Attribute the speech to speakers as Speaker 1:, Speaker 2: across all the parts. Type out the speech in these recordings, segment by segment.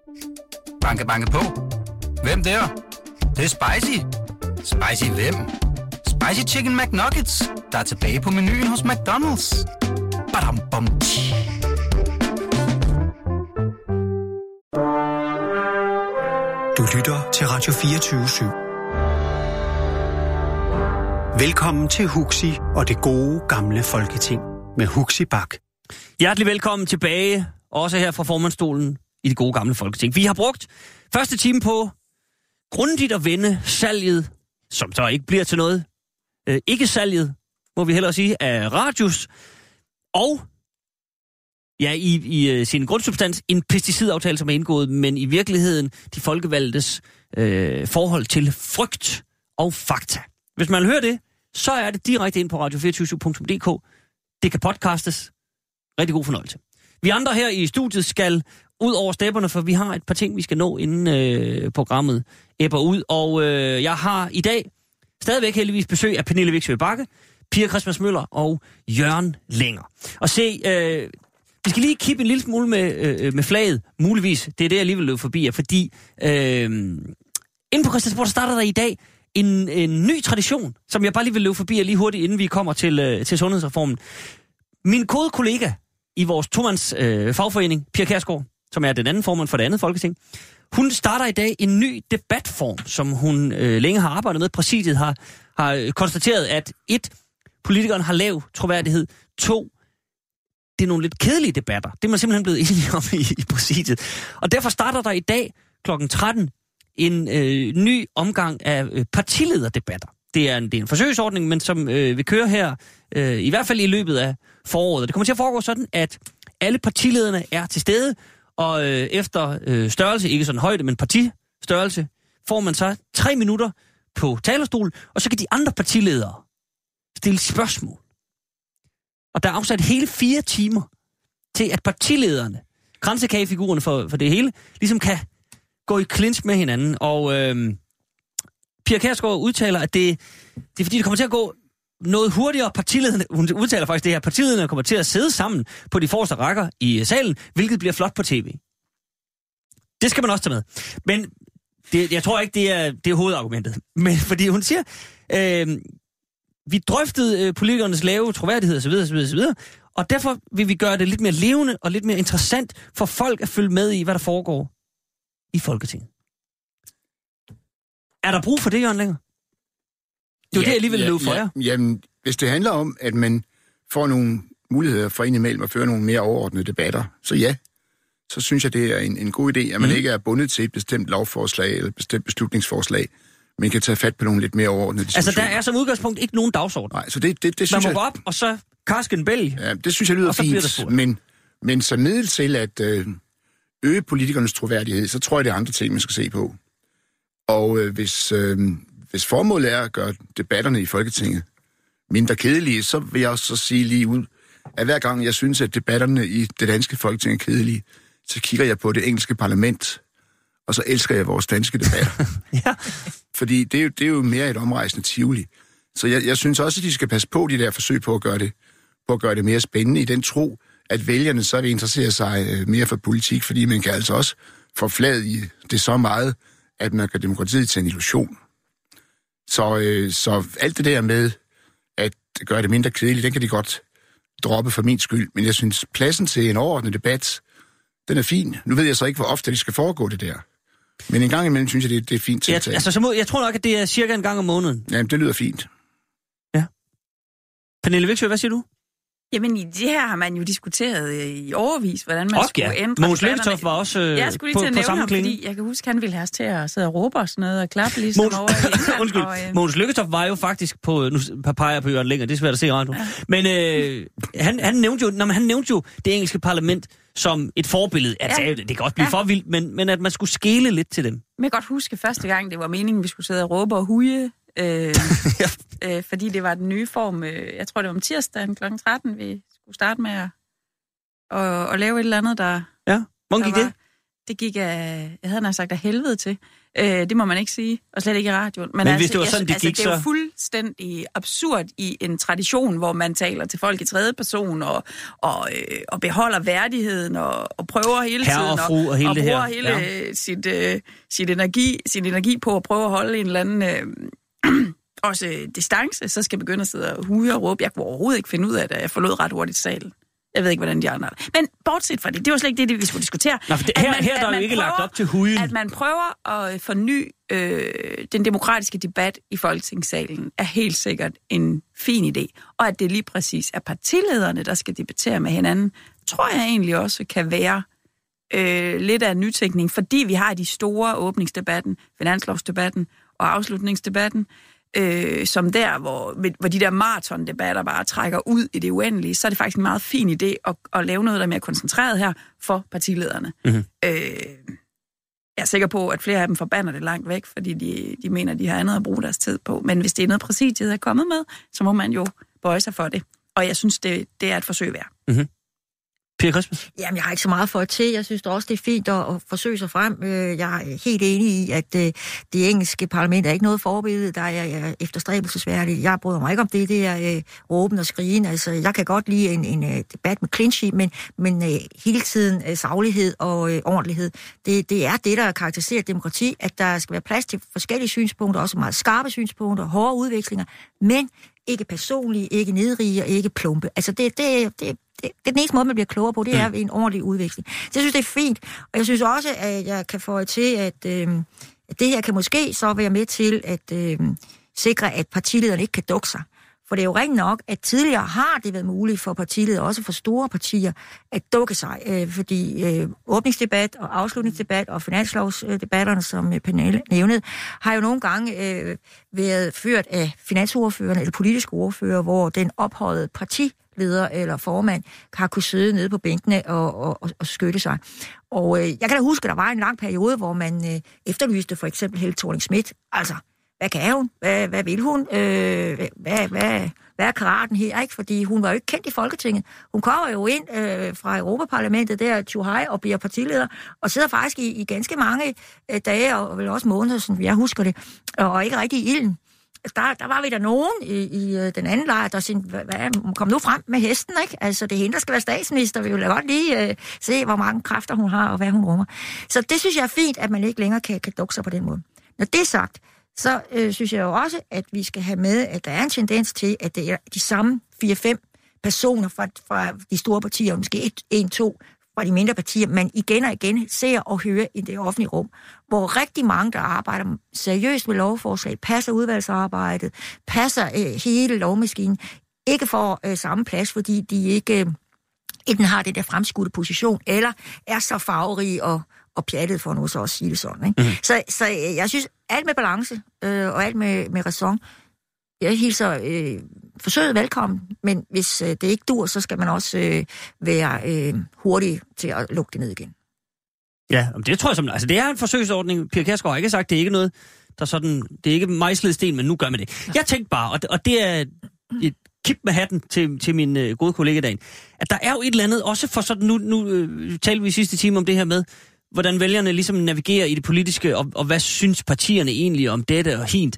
Speaker 1: Banke, banke på. Hvem der? Det er spicy. Spicy hvem? Spicy Chicken McNuggets, der er tilbage på menuen hos McDonald's. Badum, bom,
Speaker 2: Du lytter til Radio 24/7. Velkommen til Huxi og det gode gamle Folketing med Huxi Bak.
Speaker 3: Hjertelig velkommen tilbage, også her fra formandsstolen i det gode gamle Folketing. Vi har brugt første time på grundigt at vende salget, som så ikke bliver til noget. Ikke salget, må vi hellere sige, af Radius. Og ja, i sin grundsubstans en pesticidaftale, som er indgået, men i virkeligheden de folkevalgtes forhold til frygt og fakta. Hvis man vil høre det, så er det direkte ind på radio247.dk. Det kan podcastes. Rigtig god fornøjelse. Vi andre her i studiet skal ud over stepperne, for vi har et par ting, vi skal nå, inden programmet ebber ud. Og jeg har i dag stadigvæk heldigvis besøg af Pernille Vigsø Bagge, Pia Christmas Møller og Jørgen Lenger. Og se, vi skal lige kippe en lille smule med flaget, muligvis. Det er det, jeg lige vil løbe forbi jer, fordi inde på Christiansborg starter der i dag en ny tradition, som jeg bare lige vil løbe forbi jer lige hurtigt, inden vi kommer til sundhedsreformen. Min gode kollega i vores tomands fagforening, Pia Kjærsgaard, som er den anden formand for det andet folketing, hun starter i dag en ny debatform, som hun længe har arbejdet med. Præsidiet har konstateret, at 1. Politikeren har lav troværdighed. 2. Det er nogle lidt kedelige debatter. Det er man simpelthen blevet enige om i præsidiet. Og derfor starter der i dag kl. 13 en ny omgang af partilederdebatter. Det er en forsøgsordning, men som vi kører her, i hvert fald i løbet af foråret. Det kommer til at foregå sådan, at alle partilederne er til stede, og efter størrelse, ikke sådan højde, men partistørrelse, får man så 3 minutter på talerstolen, og så kan de andre partiledere stille spørgsmål. Og der er afsat hele 4 timer til, at partilederne, kransekagefigurerne for det hele, ligesom kan gå i clinch med hinanden. Og Pia Kjærsgaard udtaler, at det er fordi, det kommer til at gå noget hurtigere. Partilederne, hun udtaler faktisk det her, partilederne kommer til at sidde sammen på de forreste rækker i salen, hvilket bliver flot på tv. Det skal man også tage med. Men jeg tror ikke, det er hovedargumentet. Men fordi hun siger, vi drøftede politikernes lave troværdighed osv., og derfor vil vi gøre det lidt mere levende og lidt mere interessant for folk at følge med i, hvad der foregår i Folketinget. Er der brug for det, Jørgen Lenger? Det er jo det, jeg lige vil løbe for jer.
Speaker 4: Jamen, hvis det handler om, at man får nogle muligheder for indimellem at føre nogle mere overordnede debatter, så ja, så synes jeg, det er en god idé, at man ikke er bundet til et bestemt lovforslag eller et bestemt beslutningsforslag, men kan tage fat på nogle lidt mere overordnede diskussioner.
Speaker 3: Altså, der er som udgangspunkt ikke nogen dagsorden.
Speaker 4: Nej, så det synes jeg...
Speaker 3: Man må gå op, og så kaske en bælg.
Speaker 4: Ja, det synes jeg lyder fint, men som middel til at øge politikernes troværdighed, så tror jeg, det er andre ting, man skal se på. Og hvis formålet er at gøre debatterne i Folketinget mindre kedelige, så vil jeg også så sige lige ud, at hver gang jeg synes, at debatterne i det danske Folketing er kedelige, så kigger jeg på det engelske parlament, og så elsker jeg vores danske debatter.
Speaker 3: Ja.
Speaker 4: Fordi det er jo mere et omrejsende tivoli. Så jeg synes også, at de skal passe på de der forsøg på at gøre det mere spændende i den tro, at vælgerne så vil interessere sig mere for politik, fordi man kan altså også forflade i det så meget, at man gør demokratiet til en illusion. Så alt det der med at gøre det mindre kedeligt, den kan de godt droppe for min skyld. Men jeg synes, pladsen til en overordnet debat, den er fin. Nu ved jeg så ikke, hvor ofte det skal foregå det der. Men en gang imellem synes jeg, det er fint tiltag.
Speaker 3: Jeg tror nok, at det er cirka en gang om måneden.
Speaker 4: Jamen, det lyder fint.
Speaker 3: Ja. Pernille Vigsø, hvad siger du?
Speaker 5: Jamen, i det her har man jo diskuteret i overvis, hvordan man skulle ændre...
Speaker 3: Mogens Lykketoft var også
Speaker 5: jeg skulle lige til at nævne ham, fordi jeg kan huske, han ville have os til at sidde og råbe og sådan noget, og klappe ligesom over i England.
Speaker 3: Undskyld, Mogens Lykketoft var jo faktisk på... Nu peger på Jørgen Lenger, det er svært at se i radio. Ja. Men han nævnte jo det engelske parlament som et forbillede. Altså, det kan også blive for vildt, men at man skulle skele lidt til dem.
Speaker 5: Men jeg kan godt huske første gang, det var meningen, vi skulle sidde og råbe og huje, fordi det var den nye form. Jeg tror, det var om tirsdagen kl. 13, vi skulle starte med at lave et eller andet, der...
Speaker 3: Ja, hvordan gik det?
Speaker 5: det gik af, jeg havde nok sagt af helvede til. Det må man ikke sige, og slet ikke i radioen.
Speaker 3: Men hvis det var sådan, det gik,
Speaker 5: det er jo fuldstændig absurd i en tradition, hvor man taler til folk i tredje person, og beholder værdigheden, og prøver hele tiden,
Speaker 3: og bruger
Speaker 5: hele sin energi på at prøve at holde en eller anden også distance, så skal jeg begynde at sidde og huge og råbe. Jeg kunne overhovedet ikke finde ud af det, jeg forlod ret hurtigt salen. Jeg ved ikke, hvordan de andre er. Men bortset fra det var slet ikke det, vi skulle diskutere.
Speaker 3: Nå, her er der jo ikke lagt op til hugen.
Speaker 5: At man prøver at forny den demokratiske debat i Folketingssalen, er helt sikkert en fin idé. Og at det lige præcis er partilederne, der skal debattere med hinanden, tror jeg egentlig også kan være lidt af en nytænkning, fordi vi har de store åbningsdebatten, finanslovsdebatten og afslutningsdebatten, som der, hvor de der maratondebatter bare trækker ud i det uendelige, så er det faktisk en meget fin idé at lave noget, der er mere koncentreret her for partilederne. Mm-hmm. Jeg er sikker på, at flere af dem forbander det langt væk, fordi de mener, de har andet at bruge deres tid på. Men hvis det er noget præsidiet er kommet med, så må man jo bøje sig for det. Og jeg synes, det er et forsøg værd.
Speaker 3: Mm-hmm. Pia Christmas?
Speaker 6: Jamen, jeg har ikke så meget for til. Jeg synes også, det er fint at forsøge sig frem. Jeg er helt enig i, at det engelske parlament er ikke noget forbillede, der er efterstræbelsesværdigt. Jeg bryder mig ikke om det. Det er råben og skrigen. Altså, jeg kan godt lide en debat med clinch, men hele tiden saglighed og ordentlighed. Det er det, der karakteriserer demokrati, at der skal være plads til forskellige synspunkter, også meget skarpe synspunkter, hårde udvekslinger, men ikke personlige, ikke nedrige og ikke plumpe. Altså, det er den eneste måde, man bliver klogere på, det er en ordentlig udveksling. Så jeg synes, det er fint. Og jeg synes også, at jeg kan få til, at det her kan måske så være med til at sikre, at partilederne ikke kan dukke sig. For det er jo rent nok, at tidligere har det været muligt for partiledere, også for store partier, at dukke sig. Fordi åbningsdebat og afslutningsdebat og finanslovsdebatterne, som Pernille nævnede, har jo nogle gange været ført af finansordførerne eller politiske ordfører, hvor den ophøjede partileder eller formand har kunne sidde nede på bænkene og skytte sig. Og jeg kan da huske, at der var en lang periode, hvor man efterlyste for eksempel Helle Thorning-Schmidt. Altså, hvad kan hun? Hvad vil hun? Hvad er karaten her? Ikke? Fordi hun var jo ikke kendt i Folketinget. Hun kommer jo ind fra Europaparlamentet der, Tjuhaj, og bliver partileder, og sidder faktisk i ganske mange dage, og vel også måneder, som jeg husker det, og ikke rigtig i ilden. Der var vi der nogen i den anden lejr, der siger, kom nu frem med hesten, ikke? Altså, det er hende, der skal være statsminister. Vi vil da godt lige se, hvor mange kræfter hun har, og hvad hun rummer. Så det synes jeg er fint, at man ikke længere kan dukke sig på den måde. Når det er sagt, så synes jeg jo også, at vi skal have med, at der er en tendens til, at det er de samme 4-5 personer fra de store partier, måske 1-2 fra de mindre partier, man igen og igen ser og hører i det offentlige rum, hvor rigtig mange, der arbejder seriøst med lovforslag, passer udvalgsarbejdet, passer hele lovmaskinen, ikke får samme plads, fordi de ikke enten har det der fremskudte position, eller er så farverige og pjattet, for nu så også sige det sådan. Ikke? Mm-hmm. Så jeg synes, alt med balance og alt med ræson. Jeg hilser forsøget velkommen, men hvis det ikke dur, så skal man også være hurtig til at lukke det ned igen.
Speaker 3: Ja, det tror jeg som... Altså, det er en forsøgsordning. Pia Kjærsgaard har ikke sagt, det er ikke noget, der sådan... Det er ikke mejslet sten, men nu gør man det. Jeg tænkte bare, og det er et kip med hatten til min gode kollega dagen, at der er jo et eller andet, også for sådan... Nu talte vi i sidste time om det her med, hvordan vælgerne ligesom navigerer i det politiske, og hvad synes partierne egentlig om dette og hint.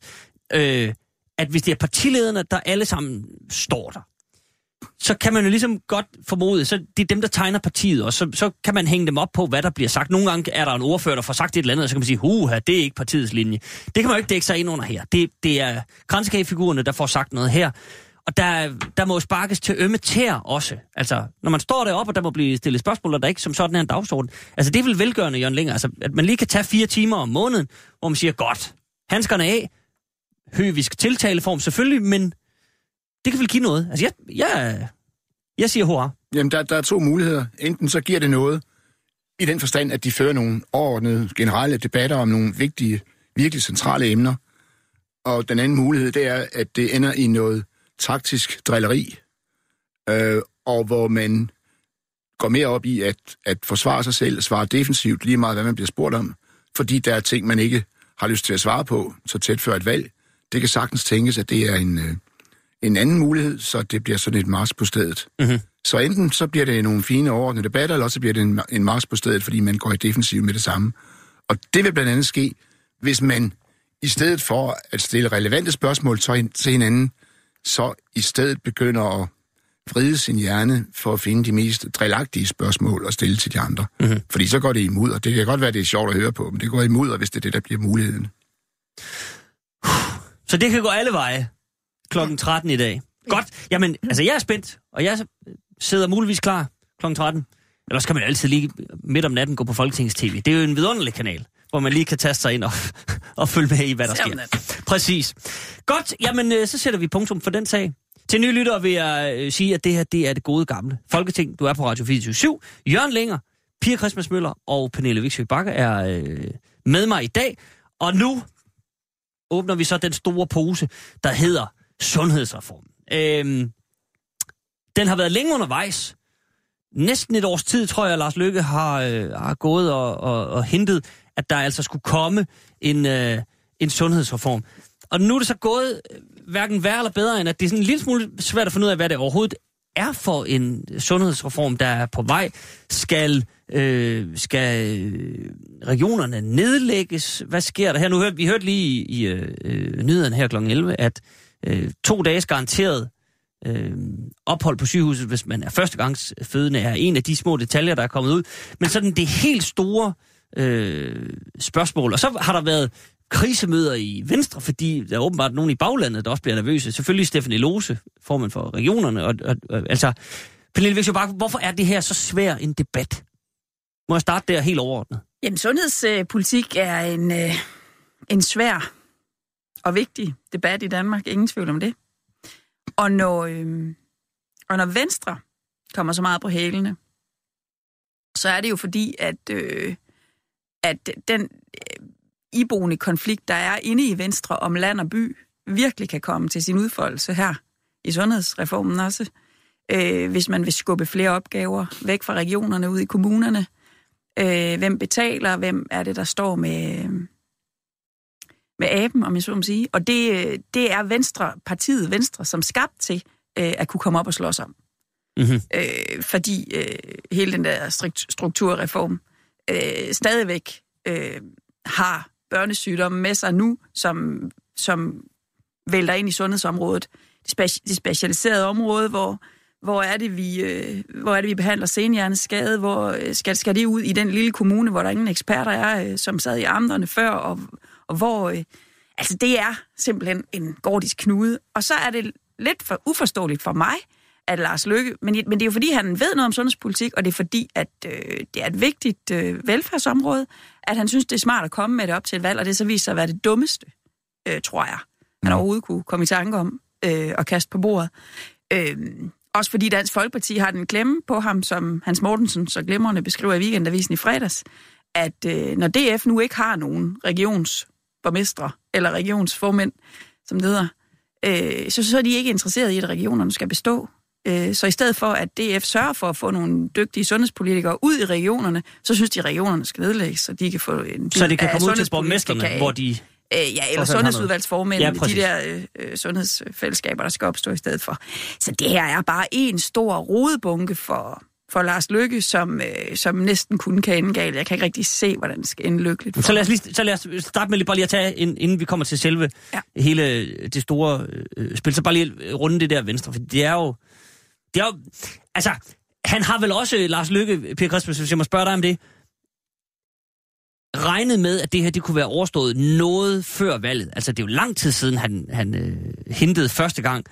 Speaker 3: At hvis det er partilederne, der alle sammen står der, så kan man jo ligesom godt formode, så det er dem, der tegner partiet, og så kan man hænge dem op på, hvad der bliver sagt. Nogle gange er der en ordfører, der får sagt et eller andet, og så kan man sige, det er ikke partiets linje. Det kan man jo ikke dække sig ind under her. Det er kransekagefigurerne, der får sagt noget her. Og der må sparkes til ømme tæer også. Altså, når man står deroppe, og der må blive stillet spørgsmål, og der ikke som sådan er en dagsorden. Altså, det er vel velgørende, Jørgen Linger. Altså, at man lige kan tage 4 timer om måneden, hvor man siger, godt, handskerne af, høvisk tiltaleform selvfølgelig, men det kan vel give noget. Altså, jeg siger hurra. Jamen,
Speaker 4: der er 2 muligheder. Enten så giver det noget, i den forstand, at de fører nogle overordnede generelle debatter om nogle vigtige, virkelig centrale emner. Og den anden mulighed, det er, at det ender i noget taktisk drilleri, og hvor man går mere op i at forsvare sig selv, svare defensivt lige meget, hvad man bliver spurgt om, fordi der er ting, man ikke har lyst til at svare på så tæt før et valg. Det kan sagtens tænkes, at det er en anden mulighed, så det bliver sådan et march på stedet. Mm-hmm. Så enten så bliver det nogle fine overordnede debatter, eller også bliver det en march på stedet, fordi man går i defensiv med det samme. Og det vil blandt andet ske, hvis man i stedet for at stille relevante spørgsmål til hinanden, så i stedet begynder at vride sin hjerne for at finde de mest drillagtige spørgsmål og stille til de andre. Mm-hmm. Fordi så går det imod, og det kan godt være, det er sjovt at høre på, men det går imod, hvis det er det, der bliver muligheden.
Speaker 3: Så det kan gå alle veje klokken 13 i dag. Godt. Jamen, altså jeg er spændt, og jeg sidder muligvis klar klokken 13. Ellers kan man altid lige midt om natten gå på Folketingets TV. Det er jo en vidunderlig kanal, hvor man lige kan taste sig ind og følge med i, hvad der sker. Præcis. Godt, jamen så sætter vi punktum for den sag. Til nye lyttere vil jeg sige, at det her, det er det gode gamle Folketing. Du er på Radio 24/7. Jørgen Lenger, Pia Christmas Møller og Pernille Vigsø Bakke er med mig i dag. Og nu åbner vi så den store pose, der hedder sundhedsreformen. Den har været længe undervejs. Næsten et års tid, tror jeg, Lars Løkke har gået og hentet, at der altså skulle komme en sundhedsreform. Og nu er det så gået hverken værre eller bedre, end at det er sådan en lille smule svært at finde ud af, hvad det overhovedet er for en sundhedsreform, der er på vej. Skal regionerne nedlægges? Hvad sker der her? Vi hørte lige i nyhederne her kl. 11, at 2 dages garanteret ophold på sygehuset, hvis man er førstegangsfødende, er en af de små detaljer, der er kommet ud. Men sådan det helt store spørgsmål. Og så har der været krisemøder i Venstre, fordi der er åbenbart nogen i baglandet, der også bliver nervøse. Selvfølgelig Stefanie Lose, formand for regionerne. Og altså, Pernille Vigsø Bakke, hvorfor er det her så svær en debat? Må jeg starte der helt overordnet? Jamen,
Speaker 5: sundhedspolitik er en svær og vigtig debat i Danmark. Ingen tvivl om det. Og når Venstre kommer så meget på hælene, så er det jo fordi, at den iboende konflikt, der er inde i Venstre om land og by, virkelig kan komme til sin udfoldelse her i sundhedsreformen også. Hvis man vil skubbe flere opgaver væk fra regionerne ud i kommunerne. Hvem betaler? Hvem er det, der står med aben, om jeg så må sige. Og det er partiet Venstre, som skabt til at kunne komme op og slås om. Mm-hmm. Fordi hele den der strukturreform stadigvæk har børnesygdomme med sig nu, som vælter ind i sundhedsområdet. Det specialiserede område, hvor er det, vi behandler senhjerneskade, hvor skal det ud i den lille kommune, hvor der ingen eksperter er, som sad i amterne før, og hvor altså det er simpelthen en gordisk knude. Og så er det lidt for uforståeligt for mig, at Lars Løkke, men det er jo fordi, han ved noget om sundhedspolitik, og det er fordi, at det er et vigtigt velfærdsområde, at han synes, det er smart at komme med det op til et valg, og det så viser sig at være det dummeste, tror jeg, han overhovedet kunne komme i tanke om at kaste på bordet. Også fordi Dansk Folkeparti har den klemme på ham, som Hans Mortensen så glimrende beskriver i Weekendavisen i fredags, at når DF nu ikke har nogen regionsborgmestre eller regionsformænd, som det hedder, så er de ikke interesseret i, at regionerne skal bestå. Så i stedet for, at DF sørger for at få nogle dygtige sundhedspolitikere ud i regionerne, så synes de, at regionerne skal nedlægges, så de kan få en...
Speaker 3: Så det kan komme ud til borgmesterne, hvor de...
Speaker 5: eller sundhedsudvalgsformænd, de der sundhedsfællesskaber, der skal opstå i stedet for. Så det her er bare en stor rodebunke for Lars Løkke, som næsten kun kan ende galt. Jeg kan ikke rigtig se, hvordan det skal ende lykkeligt. Så
Speaker 3: lad os starte med bare lige at tage, inden vi kommer til selve hele det store spil, så bare lige runde det der Venstre, for det er jo altså, han har vel også, Lars Løkke, Per Christmas, hvis jeg må spørge dig om det, regnet med, at det her det kunne være overstået noget før valget. Altså, det er jo lang tid siden, han hintede første gang,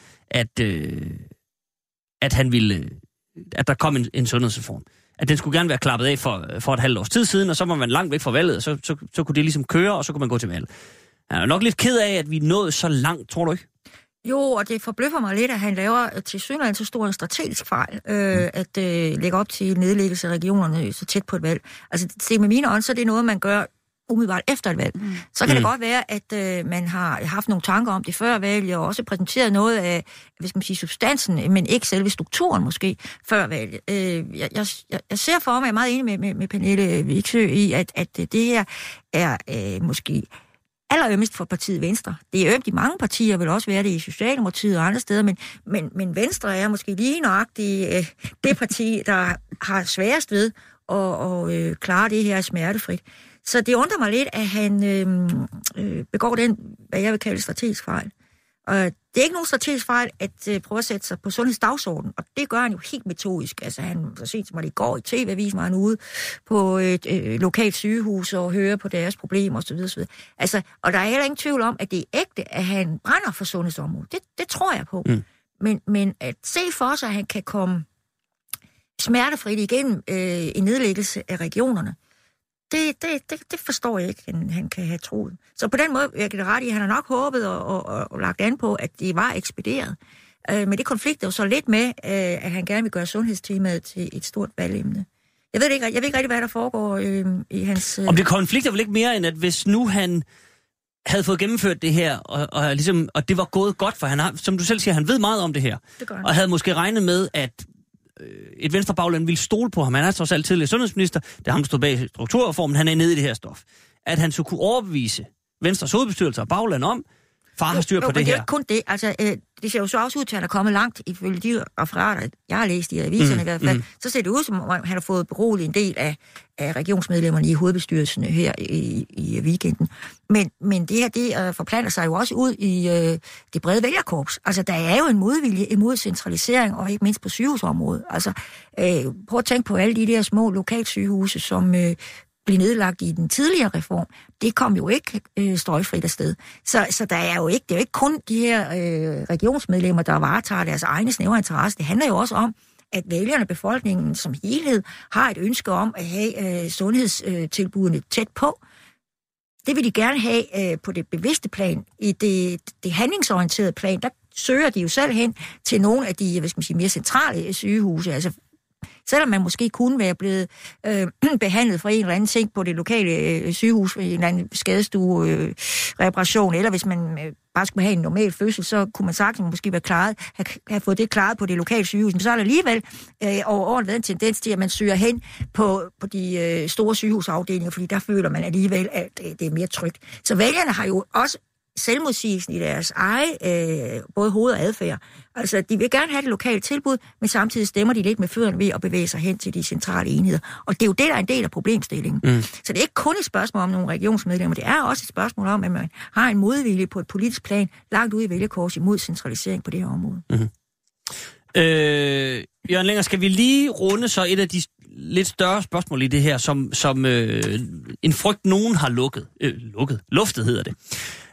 Speaker 3: at han ville, at der kom en sundhedsreform. At den skulle gerne være klappet af for et halvt års tid siden, og så var man langt væk fra valget, og så kunne det ligesom køre, og så kunne man gå til valg. Jeg er nok lidt ked af, at vi nåede så langt, tror du ikke?
Speaker 6: Jo, og det forbløffer mig lidt, at han laver til synligheden så stor en strategisk fejl, at lægge op til nedlæggelse af regionerne så tæt på et valg. Altså, se med mine øjne, så er det noget, man gør umiddelbart efter et valg. Så kan det godt være, at man har haft nogle tanker om det før valget, og også præsenteret noget af, hvad skal man sige, substansen, men ikke selve strukturen måske, før valget. Jeg ser for mig, jeg er meget enig med Pernille Vigsø i, at det her er måske allerømmest for partiet Venstre. Det er ømt i mange partier, vil også være det i Socialdemokratiet og andre steder, men Venstre er måske lige nøjagtigt det parti, der har sværest ved at klare det her smertefrit. Så det undrer mig lidt, at han begår den, hvad jeg vil kalde strategisk fejl. Og det er ikke nogen strategisk fejl at prøve at sætte sig på sundhedsdagsordenen, og det gør han jo helt metodisk. Altså han så sent som i går i TV-avisen var han ude på et lokalt sygehus og høre på deres problemer osv. Altså, og der er heller ingen tvivl om, at det er ægte, at han brænder for sundhedsområdet. Det tror jeg på. Men at se for sig, at han kan komme smertefrit igennem en nedlæggelse af regionerne, det forstår jeg ikke, han kan have troet. Så på den måde, jeg kan det ret i, han har nok håbet og lagt an på, at det var ekspederet. Men det konflikter jo så lidt med, at han gerne vil gøre sundhedstemaet til et stort valgemne. Jeg ved ikke rigtig, hvad der foregår i hans...
Speaker 3: Om det konflikter vel ikke mere, end at hvis nu han havde fået gennemført det her, og det var gået godt, for han har, som du selv siger, han ved meget om det her. Og havde måske regnet med, at et venstrebagland ville stole på ham. Han er trods alt tidligere sundhedsminister. Det er ham, der stod bag strukturreformen. Han er nede i det her stof. At han så kunne overbevise Venstres hovedbestyrelse og bagland om, far har styr på det her.
Speaker 6: Det er ikke kun det. Altså, det ser jo så også ud til, at han er kommet langt, ifølge de referater, jeg har læst i aviserne i hvert fald. Så ser det ud, som om han har fået beroliget en del af regionsmedlemmerne i hovedbestyrelsen her i weekenden. Men det her, det forplanter sig jo også ud i det brede vælgerkorps. Altså, der er jo en modvilje imod centralisering, og ikke mindst på sygehusområdet. Altså, prøv at tænke på alle de der små lokalsygehuse, som blev nedlagt i den tidligere reform. Det kom jo ikke støjfrit afsted. Så der er jo ikke, det er jo ikke kun de her regionsmedlemmer, der varetager deres egne snævre interesse. Det handler jo også om, at vælgerne, befolkningen som helhed, har et ønske om at have sundhedstilbudene tæt på. Det vil de gerne have på det bevidste plan. I det handlingsorienterede plan, der søger de jo selv hen til nogle af de, mere centrale sygehuse. Altså, selvom man måske kunne være blevet behandlet for en eller anden ting på det lokale sygehus, en eller anden skadestue, reparation, eller hvis man bare skulle have en normal fødsel, så kunne man sagtens måske have fået det klaret på det lokale sygehus. Men så er der alligevel over året været en tendens til, at man søger hen på de store sygehusafdelinger, fordi der føler man alligevel, at det er mere trygt. Så vælgerne har jo også selvmodsigelsen i deres eget, både hoved og adfærd. Altså, de vil gerne have det lokale tilbud, men samtidig stemmer de lidt med fødderne ved at bevæge sig hen til de centrale enheder. Og det er jo det, der er en del af problemstillingen. Så det er ikke kun et spørgsmål om nogle regionsmedlemmer, det er også et spørgsmål om, at man har en modvilje på et politisk plan langt ude i vælgerkors imod centralisering på det her område.
Speaker 3: Jørgen Lenger, skal vi lige runde så et af de lidt større spørgsmål i det her, som en frygt nogen har luftet hedder det.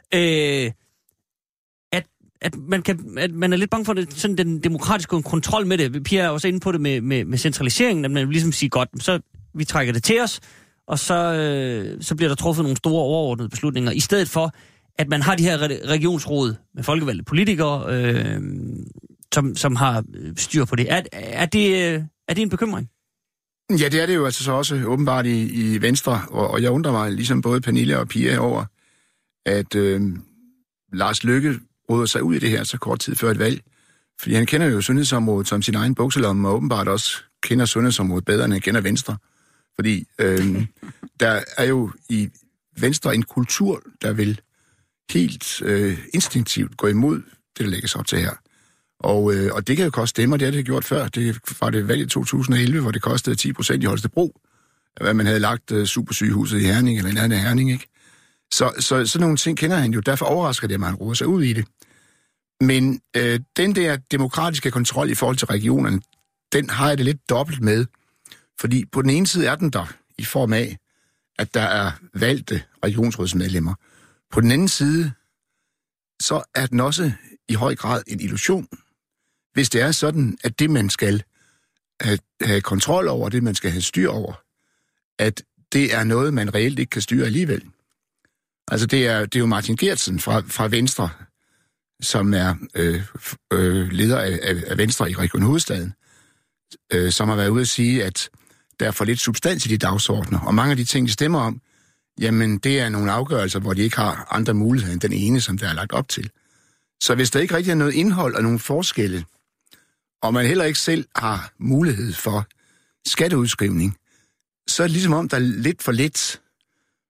Speaker 3: At man er lidt bange for det, sådan den demokratiske kontrol med det. Pia er også inde på det med centraliseringen, at man ligesom siger, godt, så vi trækker det til os, og så bliver der truffet nogle store overordnede beslutninger, i stedet for, at man har de her regionsråd med folkevalgte politikere, som har styr på det. Er det en bekymring?
Speaker 4: Ja, det er det jo altså så også åbenbart i Venstre, og jeg undrer mig, ligesom både Pernille og Pia, over, at Lars Løkke råder sig ud i det her så kort tid før et valg. Fordi han kender jo sundhedsområdet som sin egen bukselomme, og åbenbart også kender sundhedsområdet bedre, end han kender Venstre. Fordi der er jo i Venstre en kultur, der vil helt instinktivt gå imod det, der lægges op til her. Og det kan jo koste stemmer, det har det gjort før. Det var det valg i 2011, hvor det kostede 10% i Holstebro, hvad man havde lagt supersygehuset i Herning, eller en anden Herning, ikke? Så sådan nogle ting kender han jo, derfor overrasker det, at man råder sig ud i det. Men den der demokratiske kontrol i forhold til regionerne, den har jeg det lidt dobbelt med. Fordi på den ene side er den der, i form af, at der er valgte regionsrådsmedlemmer. På den anden side, så er den også i høj grad en illusion. Hvis det er sådan, at det, man skal have kontrol over, det, man skal have styr over, at det er noget, man reelt ikke kan styre alligevel. Altså, det er jo Martin Geertsen fra Venstre, som er leder af Venstre i Region Hovedstaden, som har været ude at sige, at der er for lidt substans i de dagsordner, og mange af de ting, de stemmer om, jamen, det er nogle afgørelser, hvor de ikke har andre muligheder end den ene, som der er lagt op til. Så hvis der ikke rigtig er noget indhold og nogle forskelle, og man heller ikke selv har mulighed for skatteudskrivning, så er det ligesom om, der er lidt for lidt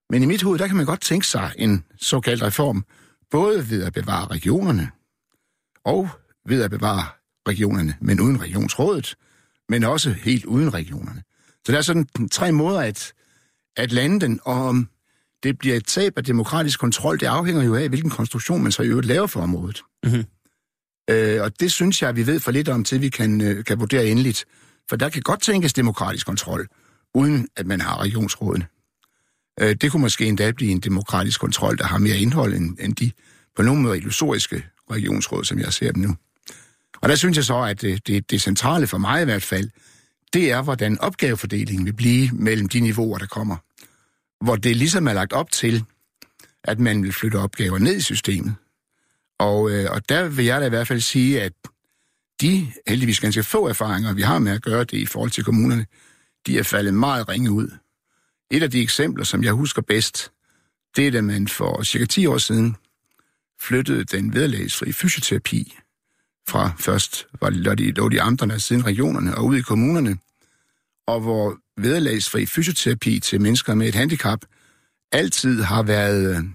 Speaker 4: Men i mit hoved, der kan man godt tænke sig en såkaldt reform, både ved at bevare regionerne, og ved at bevare regionerne, men uden regionsrådet, men også helt uden regionerne. Så der er sådan 3 måder at lande den, og om det bliver et tab af demokratisk kontrol, det afhænger jo af, hvilken konstruktion man så i øvrigt laver for området. Mm-hmm. Og det synes jeg, vi ved for lidt om, til vi kan vurdere endeligt. For der kan godt tænkes demokratisk kontrol, uden at man har regionsrådene. Det kunne måske endda blive en demokratisk kontrol, der har mere indhold end de på nogen måde illusoriske regionsråd, som jeg ser dem nu. Og der synes jeg så, at det centrale for mig i hvert fald, det er, hvordan opgavefordelingen vil blive mellem de niveauer, der kommer. Hvor det ligesom er lagt op til, at man vil flytte opgaver ned i systemet. Og der vil jeg da i hvert fald sige, at de heldigvis ganske få erfaringer, vi har med at gøre det i forhold til kommunerne, de er faldet meget ringe ud. Et af de eksempler, som jeg husker bedst, det er, da man for cirka 10 år siden flyttede den vederlagsfri fysioterapi fra først lå de amterne, siden regionerne og ud i kommunerne, og hvor vederlagsfri fysioterapi til mennesker med et handicap altid har været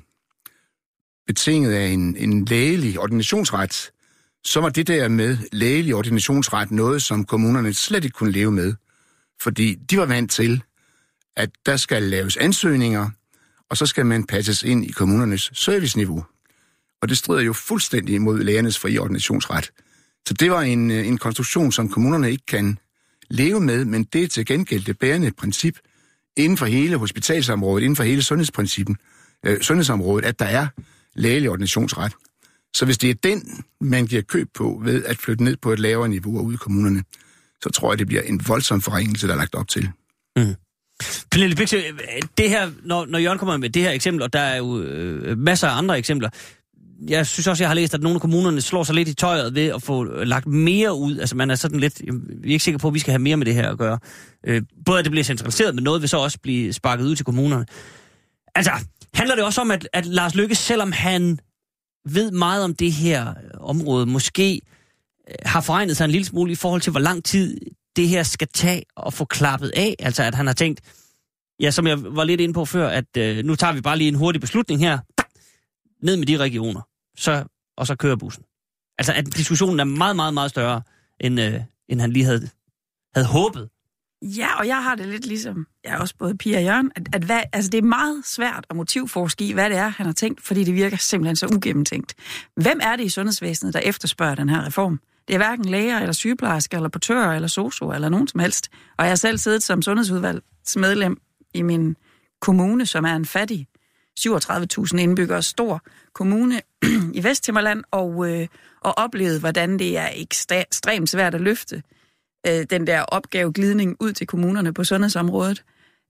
Speaker 4: betinget af en lægelig ordinationsret, så var det der med lægelig ordinationsret noget, som kommunerne slet ikke kunne leve med. Fordi de var vant til, at der skal laves ansøgninger, og så skal man passes ind i kommunernes serviceniveau. Og det strider jo fuldstændig imod lægernes frie ordinationsret. Så det var en konstruktion, som kommunerne ikke kan leve med, men det er til gengæld det bærende princip inden for hele hospitalsområdet, inden for hele sundhedsområdet, at der er lægelig ordinationsret. Så hvis det er den, man giver køb på ved at flytte ned på et lavere niveau ude i kommunerne, så tror jeg, det bliver en voldsom forringelse, der er lagt op til. Mm.
Speaker 3: Pernille Bixø, det her, når Jørgen kommer med det her eksempel, og der er jo masser af andre eksempler, jeg synes også, jeg har læst, at nogle af kommunerne slår sig lidt i tøjet ved at få lagt mere ud. Altså man er sådan lidt, vi er ikke sikre på, at vi skal have mere med det her at gøre. Både at det bliver centraliseret, men noget vil så også blive sparket ud til kommunerne. Altså, handler det også om, at Lars Løkke, selvom han ved meget om det her område, måske har forregnet sig en lille smule i forhold til, hvor lang tid det her skal tage at få klappet af? Altså, at han har tænkt, ja, som jeg var lidt inde på før, at nu tager vi bare lige en hurtig beslutning her, ned med de regioner, og så kører bussen. Altså, at diskussionen er meget, meget, meget større, end han lige havde håbet.
Speaker 5: Ja, og jeg har det lidt ligesom, jeg er også både Pia og Jørgen, altså det er meget svært at motivforske i, hvad det er, han har tænkt, fordi det virker simpelthen så ugennemtænkt. Hvem er det i sundhedsvæsenet, der efterspørger den her reform? Det er hverken læger, eller sygeplejersker, eller portører, eller sosu, eller nogen som helst. Og jeg har selv siddet som sundhedsudvalgsmedlem i min kommune, som er en fattig 37.000 indbyggere stor kommune i Vesthimmerland, og oplevet, hvordan det er ekstremt svært at løfte den der opgaveglidning ud til kommunerne på sundhedsområdet.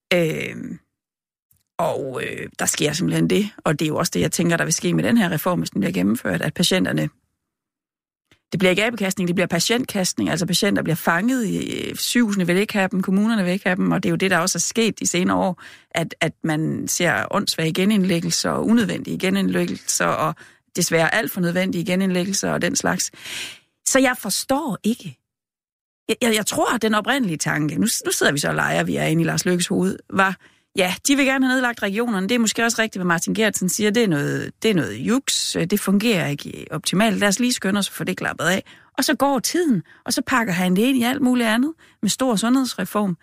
Speaker 5: Der sker simpelthen det, og det er jo også det, jeg tænker, der vil ske med den her reform, hvis den bliver gennemført, at patienterne, det bliver ikke abekastning, det bliver patientkastning, altså patienter bliver fanget, i sygehusene vil ikke have dem, kommunerne vil ikke have dem, og det er jo det, der også er sket de senere år, at man ser åndssvage genindlæggelser og unødvendige genindlæggelser, og desværre alt for nødvendige genindlæggelser og den slags. Så jeg forstår ikke. Jeg tror, at den oprindelige tanke, nu sidder vi så og leger, vi er inde i Lars Løkkes hoved, var, ja, de vil gerne have nedlagt regionerne. Det er måske også rigtigt, hvad Martin Geertsen siger. Det er noget juks. Det fungerer ikke optimalt. Lad os lige skynde os for det klappet af. Og så går tiden, og så pakker han det ind i alt muligt andet med stor sundhedsreform.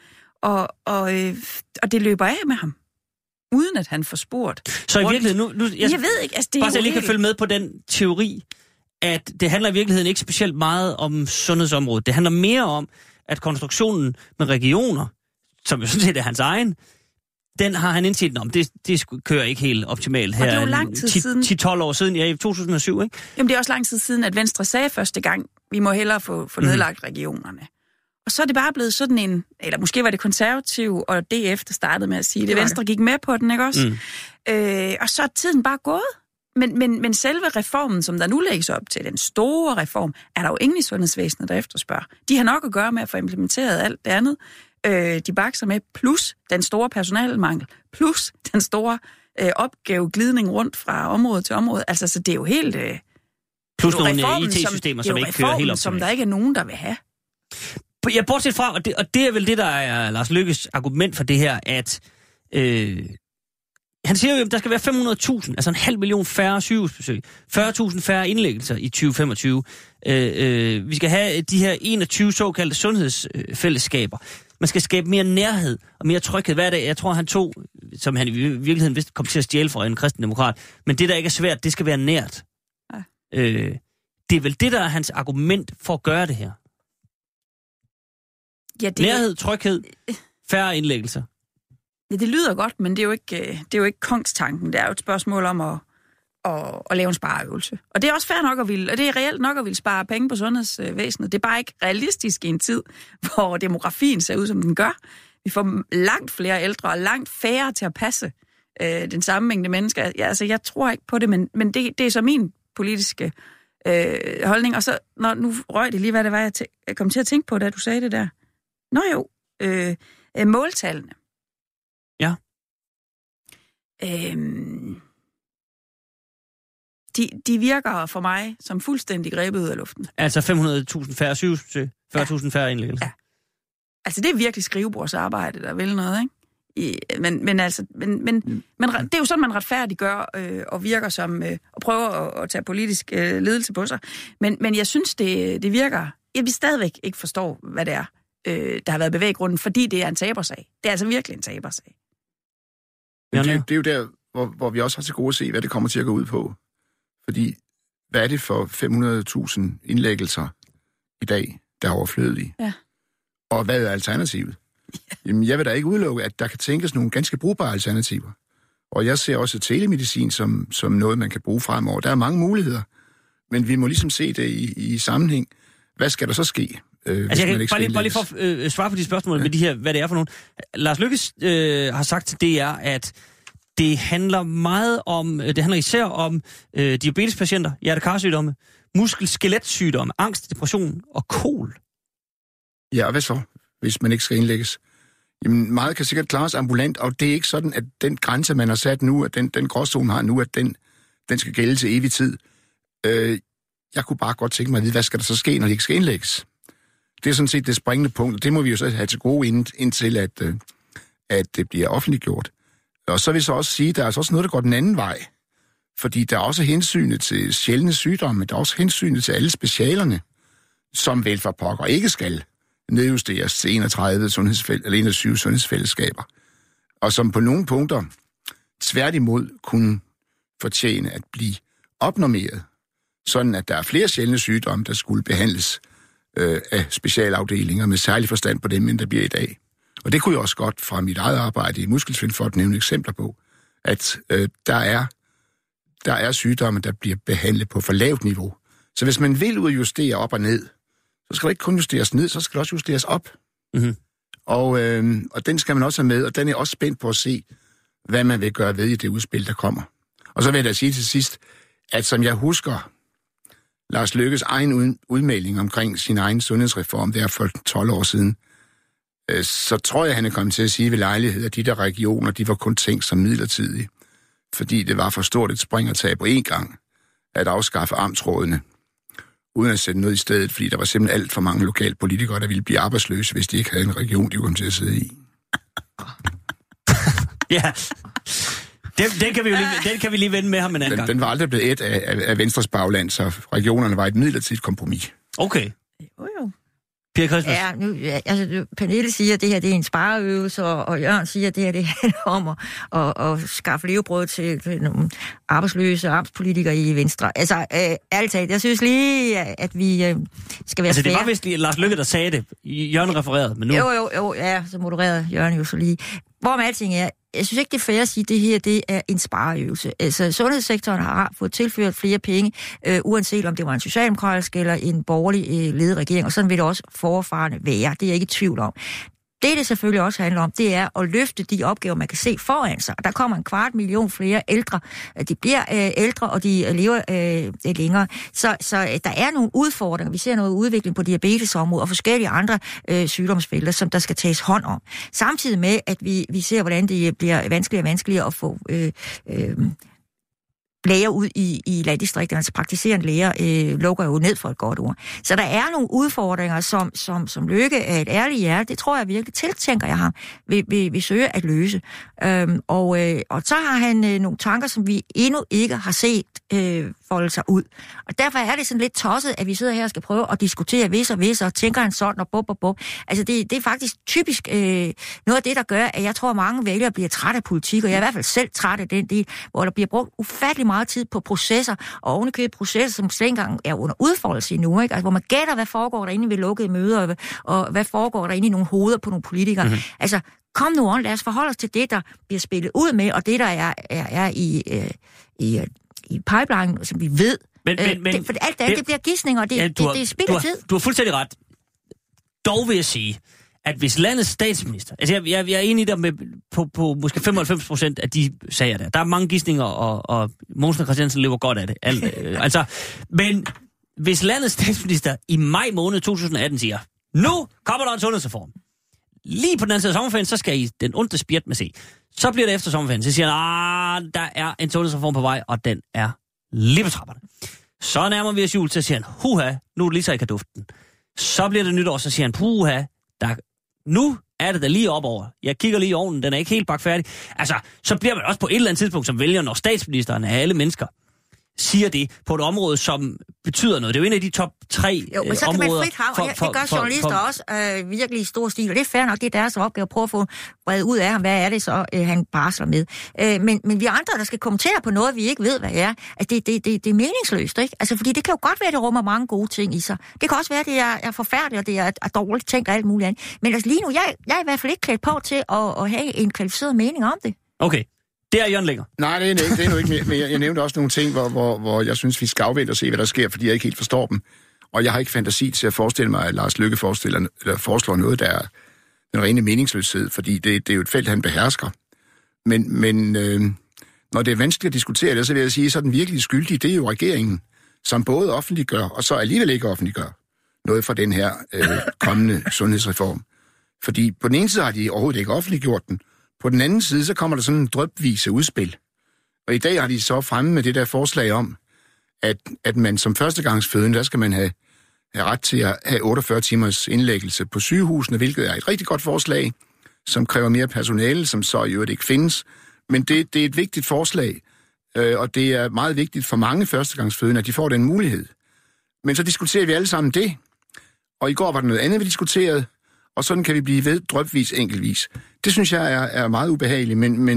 Speaker 5: Og det løber af med ham, uden at han får spurgt.
Speaker 3: Så i virkeligheden, jeg ved ikke, altså det er bare så jeg lige kan følge med på den teori, at det handler i virkeligheden ikke specielt meget om sundhedsområdet. Det handler mere om, at konstruktionen med regioner, som jo sådan set er hans egen, den har han indset, om det kører ikke helt optimalt her. Og det er jo lang tid siden. 10-12 år siden, ja, i 2007, ikke?
Speaker 5: Jamen det er også lang tid siden, at Venstre sagde første gang, vi må hellere få nedlagt regionerne. Og så er det bare blevet sådan en, eller måske var det konservative og DF, der startede med at sige det. Venstre gik med på den, ikke også? Og så er tiden bare gået. Men selve reformen, som der nu lægges op til, den store reform, er der jo ingen i sundhedsvæsenet, der efterspørger. De har nok at gøre med at få implementeret alt det andet, de bakser med, plus den store personalmangel, plus den store opgaveglidning rundt fra område til område. Altså, så det er jo helt...
Speaker 3: plus nogle IT-systemer, som ikke kører helt optimalt.
Speaker 5: Som der ikke er nogen, der vil have.
Speaker 3: Ja, bortset fra, og det er vel det, der er Lars Løkkes argument for det her, at han siger jo, at der skal være 500.000, altså 500.000 færre sygehusbesøg, 40.000 færre indlæggelser i 2025. Vi skal have de her 21 såkaldte sundhedsfællesskaber. Man skal skabe mere nærhed og mere tryghed. Hvad er det? Jeg tror, han tog, som han i virkeligheden vist kom til at stjæle fra en kristendemokrat, men det, der ikke er svært, det skal være nært. Ja. Det er vel det, der er hans argument for at gøre det her. Ja, det... Nærhed, tryghed, færre indlæggelser.
Speaker 5: Ja, det lyder godt, men det er jo ikke kongstanken. Det er jo et spørgsmål om at lave en spareøvelse. Og det er også fair nok at ville, og det er reelt nok at ville spare penge på sundhedsvæsenet. Det er bare ikke realistisk i en tid, hvor demografien ser ud, som den gør. Vi får langt flere ældre og langt færre til at passe den samme mængde mennesker. Ja, altså, jeg tror ikke på det, men det er så min politiske holdning. Og så, nu røg det lige, hvad det var, jeg kom til at tænke på, da du sagde det der. Nå jo, måltallene.
Speaker 3: Ja.
Speaker 5: De virker for mig som fuldstændig grebet ud af luften.
Speaker 3: Altså 500.000 færre sygehusbesøg, 40.000 færre indlæggelser. Ja.
Speaker 5: Altså det er virkelig skrivebordsarbejde, der vil noget, ikke? Men det er jo sådan, man retfærdiggør og virker som og prøver at tage politisk ledelse på sig. Men jeg synes, det virker... Jeg vil stadigvæk ikke forstå, hvad det er, der har været bevæggrunden, fordi det er en tabersag. Det er altså virkelig en tabersag.
Speaker 4: Men det er jo der, hvor vi også har til gode at se, hvad det kommer til at gå ud på. Fordi, hvad er det for 500.000 indlæggelser i dag, der er overflødige? Ja. Og hvad er alternativet? Ja. Jamen, jeg vil da ikke udelukke, at der kan tænkes nogle ganske brugbare alternativer. Og jeg ser også telemedicin som noget, man kan bruge fremover. Der er mange muligheder, men vi må ligesom se det i sammenhæng. Hvad skal der så ske?
Speaker 3: Altså, jeg kan bare lige for at svare på de spørgsmål med de her, hvad det er for nogle. Lars Løkke har sagt til DR, at det handler især om diabetespatienter, hjerte-karsygdomme, muskel-skeletsygdomme, angst, depression og kol.
Speaker 4: Ja, og hvad så, hvis man ikke skal indlægges? Jamen, meget kan sikkert klares ambulant, og det er ikke sådan, at den grænse, man har sat nu, at den gråzone har nu, at den skal gælde til evig tid. Jeg kunne bare godt tænke mig at vide, hvad skal der så ske, når de ikke skal indlægges? Det er sådan set det springende punkt, og det må vi jo så have til gode indtil, at det bliver offentliggjort. Og så vil jeg så også sige, at der er altså også noget, der går den anden vej. Fordi der er også hensynet til sjældne sygdomme, der er også hensynet til alle specialerne, som vel for pokker ikke skal nedjusteres til 21 sundhedsfællesskaber. Og som på nogle punkter tværtimod kunne fortjene at blive opnormeret, sådan at der er flere sjældne sygdomme, der skulle behandles af specialafdelinger med særlig forstand på dem, end der bliver i dag. Og det kunne jeg også godt fra mit eget arbejde i Muskelsvind for at nævne eksempler på, at der er sygdomme, der bliver behandlet på for lavt niveau. Så hvis man vil justere op og ned, så skal det ikke kun justeres ned, så skal det også justeres op. Mm-hmm. Og den skal man også have med, og den er også spændt på at se, hvad man vil gøre ved i det udspil, der kommer. Og så vil jeg da sige til sidst, at som jeg husker Lars Løkkes egen udmelding omkring sin egen sundhedsreform, der for 12 år siden, så tror jeg, han er kommet til at sige ved lejlighed, at de der regioner, de var kun tænkt som midlertidige, fordi det var for stort et spring at tage på én gang at afskaffe amtsrådene, uden at sætte noget i stedet, fordi der var simpelthen alt for mange lokalpolitikere, der ville blive arbejdsløse, hvis de ikke havde en region, de kom til at sidde i.
Speaker 3: Ja, den kan vi lige vende med ham en anden gang.
Speaker 4: Den var aldrig blevet et af Venstres bagland, så regionerne var et midlertidigt kompromis.
Speaker 3: Okay.
Speaker 5: Jo.
Speaker 3: Pia Christmas.
Speaker 6: Ja, altså Pernille siger, at det her det er en spareøvelse, og Jørgen siger, at det her det handler om at skaffe levebrød til nogle arbejdsløse amtspolitikere i Venstre. Altså, ærligt talt, jeg synes lige, at vi skal være
Speaker 3: altså, det var vist lige Lars Løkke, der sagde det. Jørgen refererede, men nu...
Speaker 6: Jo, ja, så modererede Jørgen jo så lige. Hvorom alting er, jeg synes ikke, det er fair at sige, at det her det er en spareøvelse. Altså, sundhedssektoren har fået tilført flere penge, uanset om det var en socialdemokratisk eller en borgerlig ledet regering, og sådan vil det også forfarende være. Det er jeg ikke i tvivl om. Det selvfølgelig også handler om, det er at løfte de opgaver, man kan se foran sig. Og der kommer 250.000 flere ældre. De bliver ældre, og de lever længere. Så der er nogle udfordringer. Vi ser noget udvikling på diabetesområdet og forskellige andre sygdomsfelter, som der skal tages hånd om. Samtidig med, at vi ser, hvordan det bliver vanskeligere og vanskeligere at få læger ud i landdistrikterne, altså praktiserende læger, lukker jo ned for et godt ord. Så der er nogle udfordringer, som Løkke af et ærligt hjerte, det tror jeg virkelig tiltænker jeg ham, vil søge at løse. Og så har han nogle tanker, som vi endnu ikke har set folde sig ud. Og derfor er det sådan lidt tosset, at vi sidder her og skal prøve at diskutere hvis og tænker han sådan og bop. Altså det er faktisk typisk noget af det, der gør, at jeg tror, at mange vælgere bliver træt af politik, og jeg er i hvert fald selv træt af den del, hvor der bliver brugt ufattelig meget tid på processer, og ovenikøbet processer, som slet engang er under udfoldelse endnu, ikke? Altså, hvor man gætter, hvad foregår der inde ved lukkede møder, og hvad foregår der inde i nogle hoveder på nogle politikere. Mm-hmm. Altså, kom nu on, lad os forholde os til det, der bliver spillet ud med, og det, der er i pipeline, som vi ved. Men for alt det bliver gidsninger, og det er spild af tid.
Speaker 3: Du har fuldstændig ret. Dog vil jeg sige, at hvis landets statsminister... Altså, jeg er enig der med på måske 95% af de sager der. Der er mange gidsninger, og Mogens Christiansen lever godt af det. Altså, men hvis landets statsminister i maj måned 2018 siger, nu kommer der en sundhedsreform. Lige på den anden side af sommerferien, så skal I den onde spjert med se. Så bliver det efter sommerferien. Så siger han, der er en sundhedsreform på vej, og den er lige på trapperne. Så nærmer vi os jul, så siger han, huha, nu er det lige så, I kan dufte den. Så bliver det nytår, så siger han, puha, nu er det da lige op over. Jeg kigger lige i ovnen, den er ikke helt bakfærdig. Altså, så bliver man også på et eller andet tidspunkt som vælger, når statsministeren af alle mennesker siger det på et område, som betyder noget. Det er jo en af de top 3 områder.
Speaker 6: Jo, men så kan man frit have, det gør journalister også virkelig i stor stil, og det er fair nok, det er deres opgave at prøve at få bredt ud af ham, hvad er det så, han barsler med. Men vi andre, der skal kommentere på noget, vi ikke ved, hvad er, altså det er meningsløst, ikke? Altså, fordi det kan jo godt være, at det rummer mange gode ting i sig. Det kan også være, at det er forfærdeligt, og det er dårligt tænkt og alt muligt andet. Men altså lige nu, jeg er i hvert fald ikke klædt på til at have en kvalificeret mening om det.
Speaker 3: Okay. Det er Jørgen Lenger.
Speaker 4: Nej, det er nu ikke mere. Jeg nævnte også nogle ting, hvor jeg synes, vi skal afvente og se, hvad der sker, fordi jeg ikke helt forstår dem. Og jeg har ikke fantasi til at forestille mig, at Lars Løkke foreslår noget, der er en rene meningsløshed, fordi det er jo et felt, han behersker. Men når det er vanskeligt at diskutere det, så vil jeg sige, så den virkelig skyldige, det er jo regeringen, som både offentliggør, og så alligevel ikke offentliggør noget fra den her kommende sundhedsreform. Fordi på den ene side har de overhovedet ikke offentliggjort den, på den anden side, så kommer der sådan en drypvise udspil. Og i dag har de så fremme med det der forslag om, at man som førstegangsfødende, der skal man have ret til at have 48 timers indlæggelse på sygehusene, hvilket er et rigtig godt forslag, som kræver mere personale, som så i øvrigt ikke findes. Men det er et vigtigt forslag, og det er meget vigtigt for mange førstegangsfødende, at de får den mulighed. Men så diskuterer vi alle sammen det, og i går var der noget andet, vi diskuterede, og sådan kan vi blive ved drypvis enkeltvis. Det synes jeg er meget ubehageligt,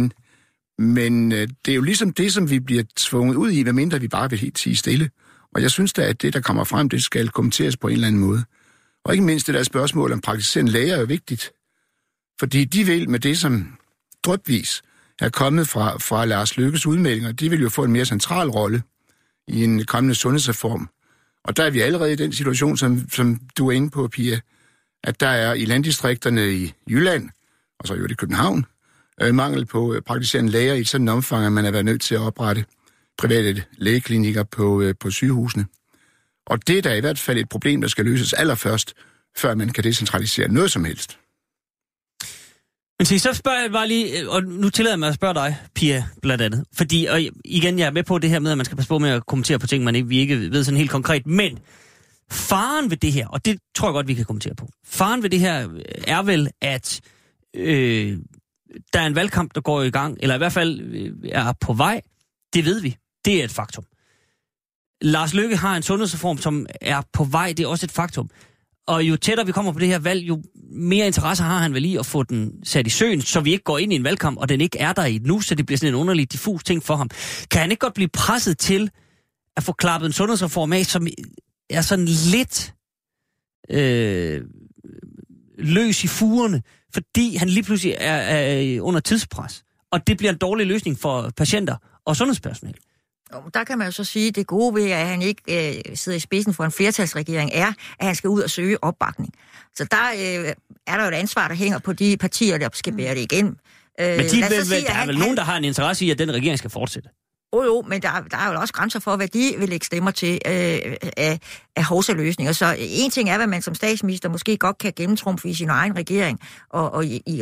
Speaker 4: men det er jo ligesom det, som vi bliver tvunget ud i, medmindre vi bare vil helt sige stille. Og jeg synes da, at det, der kommer frem, det skal kommenteres på en eller anden måde. Og ikke mindst det der spørgsmål om praktiserende læger er jo vigtigt. Fordi de vil med det, som drypvis er kommet fra Lars Løkkes udmeldinger, de vil jo få en mere central rolle i en kommende sundhedsreform. Og der er vi allerede i den situation, som du er inde på, Pia, at der er i landdistrikterne i Jylland, og så jo i København, mangel på praktiserende læger i sådan en omfang, at man har været nødt til at oprette private lægeklinikker på sygehusene. Og det er da i hvert fald et problem, der skal løses allerførst, før man kan decentralisere noget som helst.
Speaker 3: Men så spørger jeg bare lige, og nu tillader jeg mig at spørge dig, Pia, blandt andet. Fordi, og igen, jeg er med på det her med, at man skal passe på med at kommentere på ting, vi ikke ved sådan helt konkret, men faren ved det her, og det tror jeg godt, vi kan kommentere på. Faren ved det her er vel, at der er en valgkamp, der går i gang, eller i hvert fald er på vej. Det ved vi. Det er et faktum. Lars Løkke har en sundhedsreform, som er på vej. Det er også et faktum. Og jo tættere vi kommer på det her valg, jo mere interesse har han vel i at få den sat i søen, så vi ikke går ind i en valgkamp, og den ikke er der i nu, så det bliver sådan en underlig diffus ting for ham. Kan han ikke godt blive presset til at få klappet en sundhedsreform af, som er sådan lidt løs i fugerne, fordi han lige pludselig er under tidspres. Og det bliver en dårlig løsning for patienter og sundhedspersonale.
Speaker 6: Der kan man jo så sige, at det gode ved, at han ikke sidder i spidsen for en flertalsregering, er, at han skal ud og søge opbakning. Så der er der jo et ansvar, der hænger på de partier, der skal bære det igen. Men
Speaker 3: der er vel nogen, der har en interesse i, at den regering skal fortsætte?
Speaker 6: Jo, men der er jo også grænser for, hvad de vil lægge stemmer til af hovsaløsninger. Så en ting er, hvad man som statsminister måske godt kan gennemtrumfe i sin egen regering, og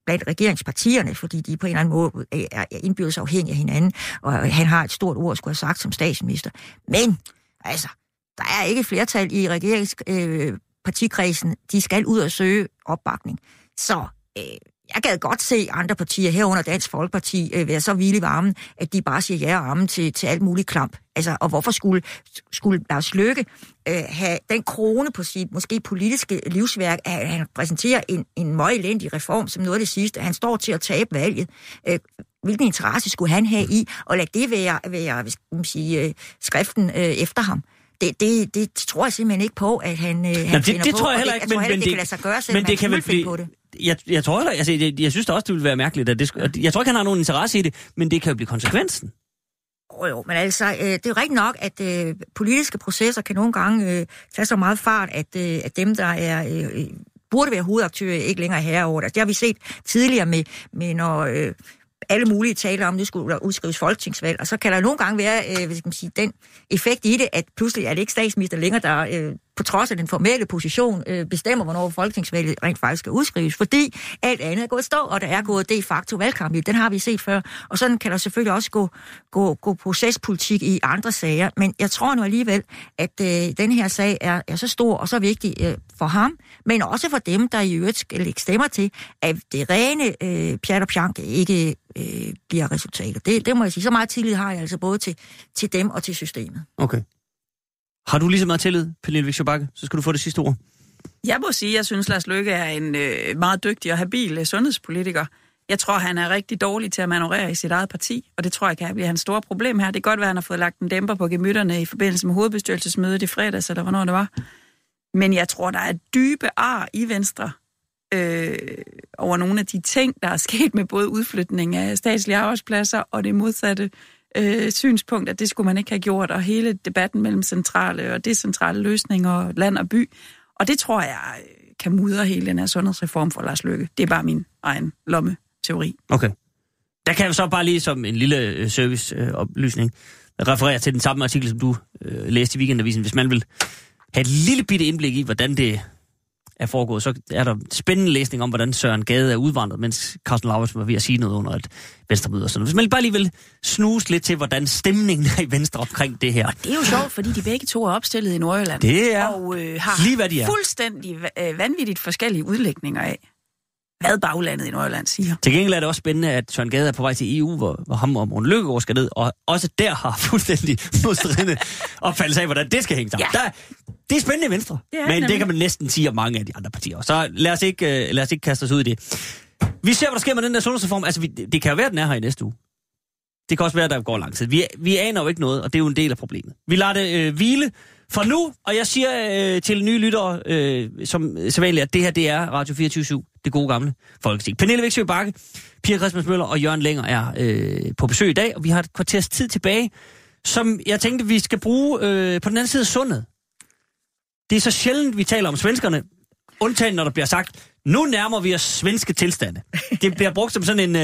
Speaker 6: blandt regeringspartierne, fordi de på en eller anden måde er indbyrdes afhængige af hinanden, og han har et stort ord, skulle have sagt, som statsminister. Men, altså, der er ikke flertal i regeringspartikredsen. De skal ud og søge opbakning. Så jeg gad godt se andre partier, herunder Dansk Folkeparti, være så vilde i varmen, at de bare siger ja og amen til alt muligt klamp. Altså, og hvorfor skulle Lars Løkke have den krone på sit måske politiske livsværk, at han præsenterer en meget elendig reform som noget af det sidste. Han står til at tabe valget. Hvilken interesse skulle han have i at lade det være skriften efter ham? Det tror jeg simpelthen ikke på, at han finder
Speaker 3: det
Speaker 6: på.
Speaker 3: Tror jeg heller ikke,
Speaker 6: men det kan lade sig gøre, selvom
Speaker 3: men det kan vel blive
Speaker 6: på det.
Speaker 3: Jeg tror heller, altså, jeg synes da også, det ville være mærkeligt. Jeg tror ikke, han har nogen interesse i det, men det kan jo blive konsekvensen.
Speaker 6: Jo, men altså, det er jo rigtigt nok, at politiske processer kan nogle gange tage så meget fart, at dem, der burde være hovedaktører, ikke længere er herre over det. Det har vi set tidligere med når alle mulige taler om, at nu skulle udskrives folketingsvalg, og så kan der nogle gange være den effekt i det, at pludselig er det ikke statsminister længere, der på trods af den formelle position bestemmer, hvornår folketingsvalget rent faktisk skal udskrives, fordi alt andet er gået stå, og der er gået de facto valgkamp i. Den har vi set før, og sådan kan der selvfølgelig også gå procespolitik i andre sager, men jeg tror nu alligevel, at den her sag er så stor og så vigtig for ham, men også for dem, der i øvrigt skal lægge stemmer til, at det rene pjat og pjank ikke bliver resultatet. Det må jeg sige. Så meget tillid har jeg altså både til dem og til systemet.
Speaker 3: Okay. Har du lige så meget tillid, Pernille Vigsø-Bagge? Så skal du få det sidste ord.
Speaker 5: Jeg må sige, at jeg synes, Lars Løkke er en meget dygtig og habil sundhedspolitiker. Jeg tror, han er rigtig dårlig til at manøvrere i sit eget parti, og det tror jeg kan blive hans store problem her. Det kan godt være, at han har fået lagt en dæmper på gemytterne i forbindelse med hovedbestyrelsesmødet i fredags, eller hvornår det var. Men jeg tror, der er dybe ar i Venstre over nogle af de ting, der er sket med både udflytning af statslige arbejdspladser og det modsatte synspunkt, at det skulle man ikke have gjort, og hele debatten mellem centrale og decentrale løsninger, land og by. Og det tror jeg kan mudre hele den her sundhedsreform for Lars Løkke. Det er bare min egen lommeteori.
Speaker 3: Okay. Der kan jeg så bare lige som en lille serviceoplysning referere til den samme artikel, som du læste i Weekendavisen. Hvis man vil have et lille bitte indblik i, hvordan det er foregået, så er der spændende læsning om, hvordan Søren Gade er udvandret, mens Carsten Lauritsen var ved at sige noget under et Venstremøde og sådan noget. Hvis man bare lige vil snuse lidt til, hvordan stemningen er i Venstre omkring det her.
Speaker 5: Og det er jo sjovt, fordi de begge to er opstillet i Nordjylland.
Speaker 3: Det er
Speaker 5: og har
Speaker 3: lige, hvad de er.
Speaker 5: Fuldstændig vanvittigt forskellige udlægninger af, hvad baglandet i Nordjylland siger.
Speaker 3: Til gengæld er det også spændende, at Søren Gade er på vej til EU, hvor ham og Morten Løkkegaard skal ned, og også der har fuldstændig modstridende opfattelse af, hvordan det skal hænge sammen. Ja. Det er spændende i Venstre, men det kan man næsten sige om mange af de andre partier. Så lad os ikke kaste os ud i det. Vi ser, hvad der sker med den der sundhedsreform. Altså, det kan jo være, at den er her i næste uge. Det kan også være, at der går lang tid. Vi aner jo ikke noget, og det er jo en del af problemet. Vi lader det hvile for nu, og jeg siger til nye lyttere, som sædvanligt, at det her, det er Radio 24/7, det gode gamle Folketing. Pernille Vigsø-Bagge, Pia Christmas Møller og Jørgen Lenger er på besøg i dag, og vi har et kvarters tid tilbage, som jeg tænkte, vi skal bruge på den anden side af sundet. Det er så sjældent, vi taler om svenskerne, undtagen når der bliver sagt, nu nærmer vi os svenske tilstande. Det bliver brugt som sådan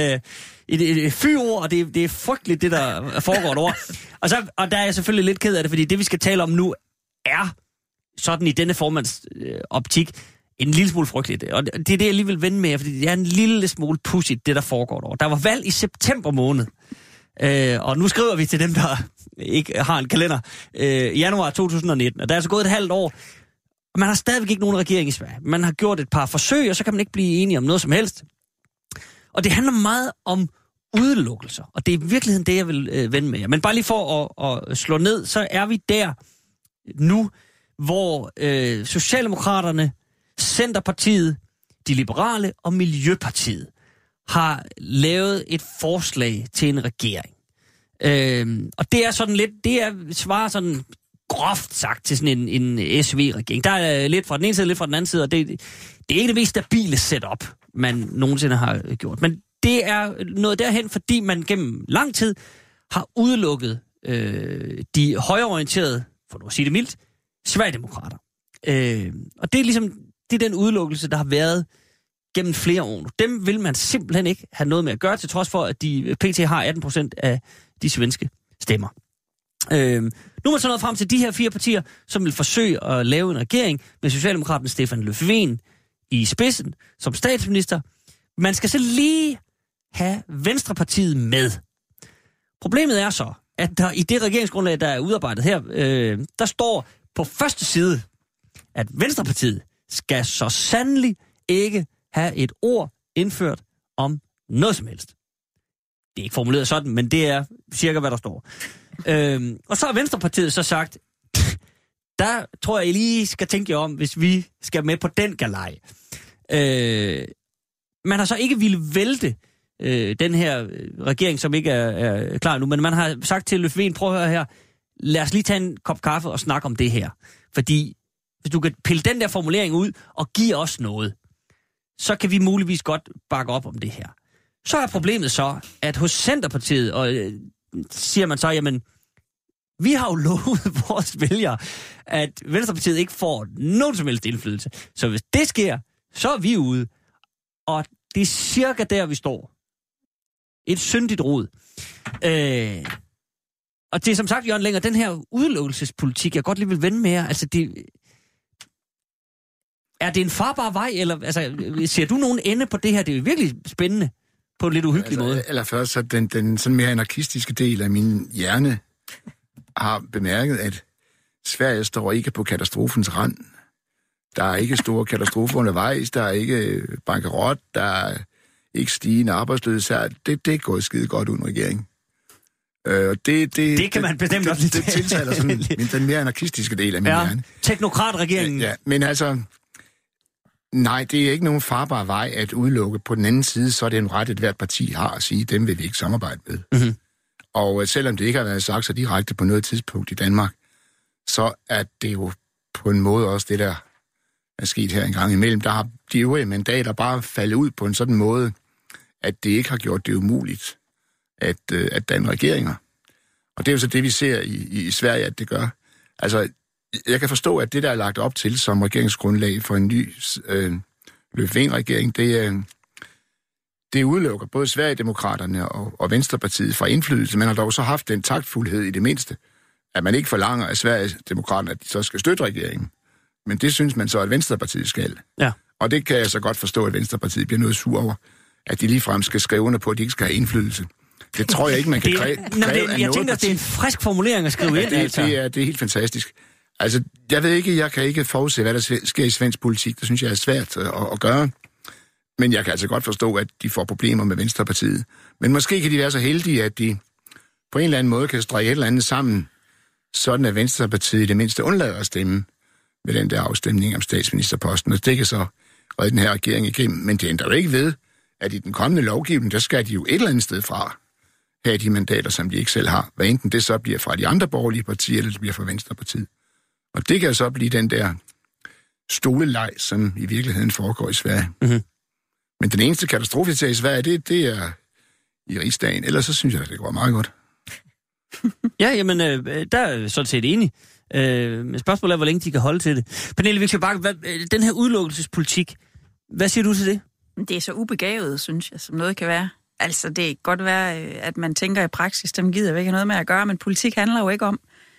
Speaker 3: et fyord, og det er frygteligt, det der foregår derovre. Og der er jeg selvfølgelig lidt ked af det, fordi det, vi skal tale om nu, er sådan i denne formands optik en lille smule frygteligt. Og det er det, jeg lige vil vende med, fordi det er en lille smule pudsigt, det der foregår derovre. Der var valg i september måned, og nu skriver vi til dem, der ikke har en kalender, januar 2019, og der er altså gået et halvt år. Og man har stadigvæk ikke nogen regering i Sverige. Man har gjort et par forsøg, og så kan man ikke blive enige om noget som helst. Og det handler meget om udelukkelser, og det er i virkeligheden det, jeg vil vende med jer. Men bare lige for at slå ned, så er vi der nu, hvor Socialdemokraterne, Centerpartiet, De Liberale og Miljøpartiet har lavet et forslag til en regering. Og det er sådan lidt, svarer sådan groft sagt til sådan en SV-regering. Der er lidt fra den ene side, lidt fra den anden side, og det er ikke det mest stabile setup, man nogensinde har gjort. Men det er noget derhen, fordi man gennem lang tid har udelukket de højreorienterede, for nu at sige det mildt, Sverigedemokrater. Og det er ligesom, det er den udelukkelse, der har været gennem flere år. Dem vil man simpelthen ikke have noget med at gøre, til trods for, at de pt. Har 18% af de svenske stemmer. Nu er man så nået frem til de her 4 partier, som vil forsøge at lave en regering med Socialdemokraten Stefan Löfven i spidsen som statsminister, Man skal så lige have Venstrepartiet med. Problemet er så, at der i det regeringsgrundlag, der er udarbejdet her, der står på første side, at Venstrepartiet skal så sandelig ikke have et ord indført om noget som helst. Det er ikke formuleret sådan, men det er cirka, hvad der står. Og så har Venstrepartiet så sagt, der tror jeg, I lige skal tænke jer om, hvis vi skal med på den galej. Man har så ikke ville vælte den her regering, som ikke er klar nu, men man har sagt til Löfven, prøv at høre her, lad os lige tage en kop kaffe og snakke om det her. Fordi hvis du kan pille den der formulering ud og give os noget, så kan vi muligvis godt bakke op om det her. Så er problemet så, at hos Centerpartiet, og siger man så, jamen, vi har jo lovet vores vælgere, at Venstrepartiet ikke får nogen som helst indflydelse. Så hvis det sker, så er vi ude. Og det er cirka der, vi står. Et syndigt rod. Og det er som sagt, Jørgen Længer, den her udelukkelsespolitik, jeg godt lige vil vende med jer, altså er det en farbar vej, eller altså, ser du nogen ende på det her? Det er jo virkelig spændende på en lidt uhyggelig måde.
Speaker 4: Allerførst, så den sådan mere anarkistiske del af min hjerne har bemærket, at Sverige står ikke på katastrofens rand. Der er ikke store katastrofer undervejs, der er ikke bankerot, der er ikke stigende arbejdsløshed. Det er gået skide godt uden regeringen.
Speaker 3: Det kan man bestemt også
Speaker 4: det tiltaler sådan den mere anarkistiske del af min hjerne.
Speaker 3: Teknokratregeringen.
Speaker 4: Ja, men altså, nej, det er ikke nogen farbar vej at udelukke. På den anden side, så er det en ret, at hvert parti har at sige, dem vil vi ikke samarbejde med. Mm-hmm. Og selvom det ikke har været sagt så direkte på noget tidspunkt i Danmark, så er det jo på en måde også det, der er sket her en gang imellem. Der har de øvrige mandater bare faldet ud på en sådan måde, at det ikke har gjort det umuligt at danne regeringer. Og det er jo så det, vi ser i Sverige, at det gør. Altså, jeg kan forstå, at det, der er lagt op til som regeringsgrundlag for en ny Löfven-regering, det udelukker både Sverigedemokraterne og Venstrepartiet fra indflydelse. Man har dog så haft den taktfuldhed i det mindste, at man ikke forlanger af Sverigedemokraterne, at de så skal støtte regeringen. Men det synes man så, at Venstrepartiet skal. Ja. Og det kan jeg så godt forstå, at Venstrepartiet bliver noget sur over, at de ligefrem skal skrive under på, at de ikke skal have indflydelse. Det tror jeg ikke, man kan kræve af noget.
Speaker 3: Jeg tænker, at det er en frisk formulering at skrive ind.
Speaker 4: Det er helt fantastisk. Altså, jeg ved ikke, jeg kan ikke forudse, hvad der sker i svensk politik. Det synes jeg er svært at gøre. Men jeg kan altså godt forstå, at de får problemer med Venstrepartiet. Men måske kan de være så heldige, at de på en eller anden måde kan strække et eller andet sammen, sådan at Venstrepartiet i det mindste undlader at stemme ved den der afstemning om statsministerposten. Og det kan så redde den her regering igennem. Men det ændrer jo ikke ved, at i den kommende lovgivning, der skal de jo et eller andet sted fra have de mandater, som de ikke selv har. Hvad enten det så bliver fra de andre borgerlige partier, eller det bliver fra Venstrepartiet. Og det kan så blive den der stoleleg, som i virkeligheden foregår i Sverige. Mm-hmm. Men den eneste katastrofe, jeg ser i Sverige, det er i rigsdagen. Ellers så synes jeg, at det går meget godt.
Speaker 3: Ja, jamen, der er sådan set enig. Spørgsmålet er, hvor længe de kan holde til det. Pernille Vigsø-Bagge, den her udelukkelsespolitik, hvad siger du til det?
Speaker 5: Det er så ubegavet, synes jeg, som noget kan være. Altså, det kan godt være, at man tænker i praksis, dem gider vi ikke have noget med at gøre, men politik handler jo ikke om...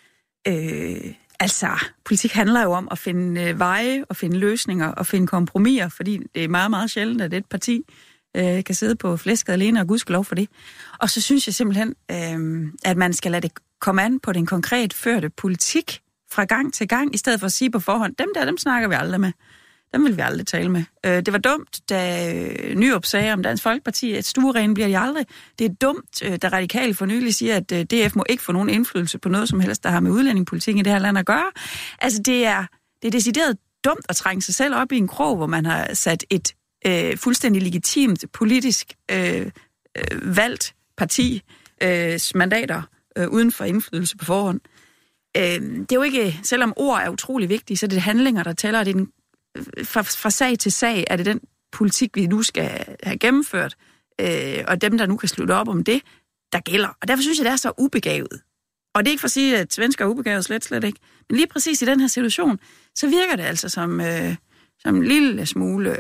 Speaker 5: politik handler jo om at finde veje og finde løsninger og finde kompromiser, fordi det er meget, meget sjældent, at et parti kan sidde på flæsket alene, og gudskelov for det. Og så synes jeg simpelthen, at man skal lade det komme an på den konkret førte politik fra gang til gang, i stedet for at sige på forhånd, dem snakker vi aldrig med. Dem vil vi aldrig tale med. Det var dumt, da Nyrup sagde om Dansk Folkeparti, at stuerene bliver de aldrig. Det er dumt, da Radikale for nylig siger, at DF må ikke få nogen indflydelse på noget som helst, der har med udlændingepolitik i det her land at gøre. Altså, det er decideret dumt at trænge sig selv op i en krog, hvor man har sat et fuldstændig legitimt politisk valgt partis mandater uden for indflydelse på forhånd. Det er jo ikke, selvom ord er utrolig vigtige, så er det handlinger, der tæller, det er fra sag til sag er det den politik, vi nu skal have gennemført, og dem, der nu kan slutte op om det, der gælder. Og derfor synes jeg, det er så ubegavet. Og det er ikke for at sige, at svensker er ubegavet, slet ikke. Men lige præcis i den her situation, så virker det altså som en lille smule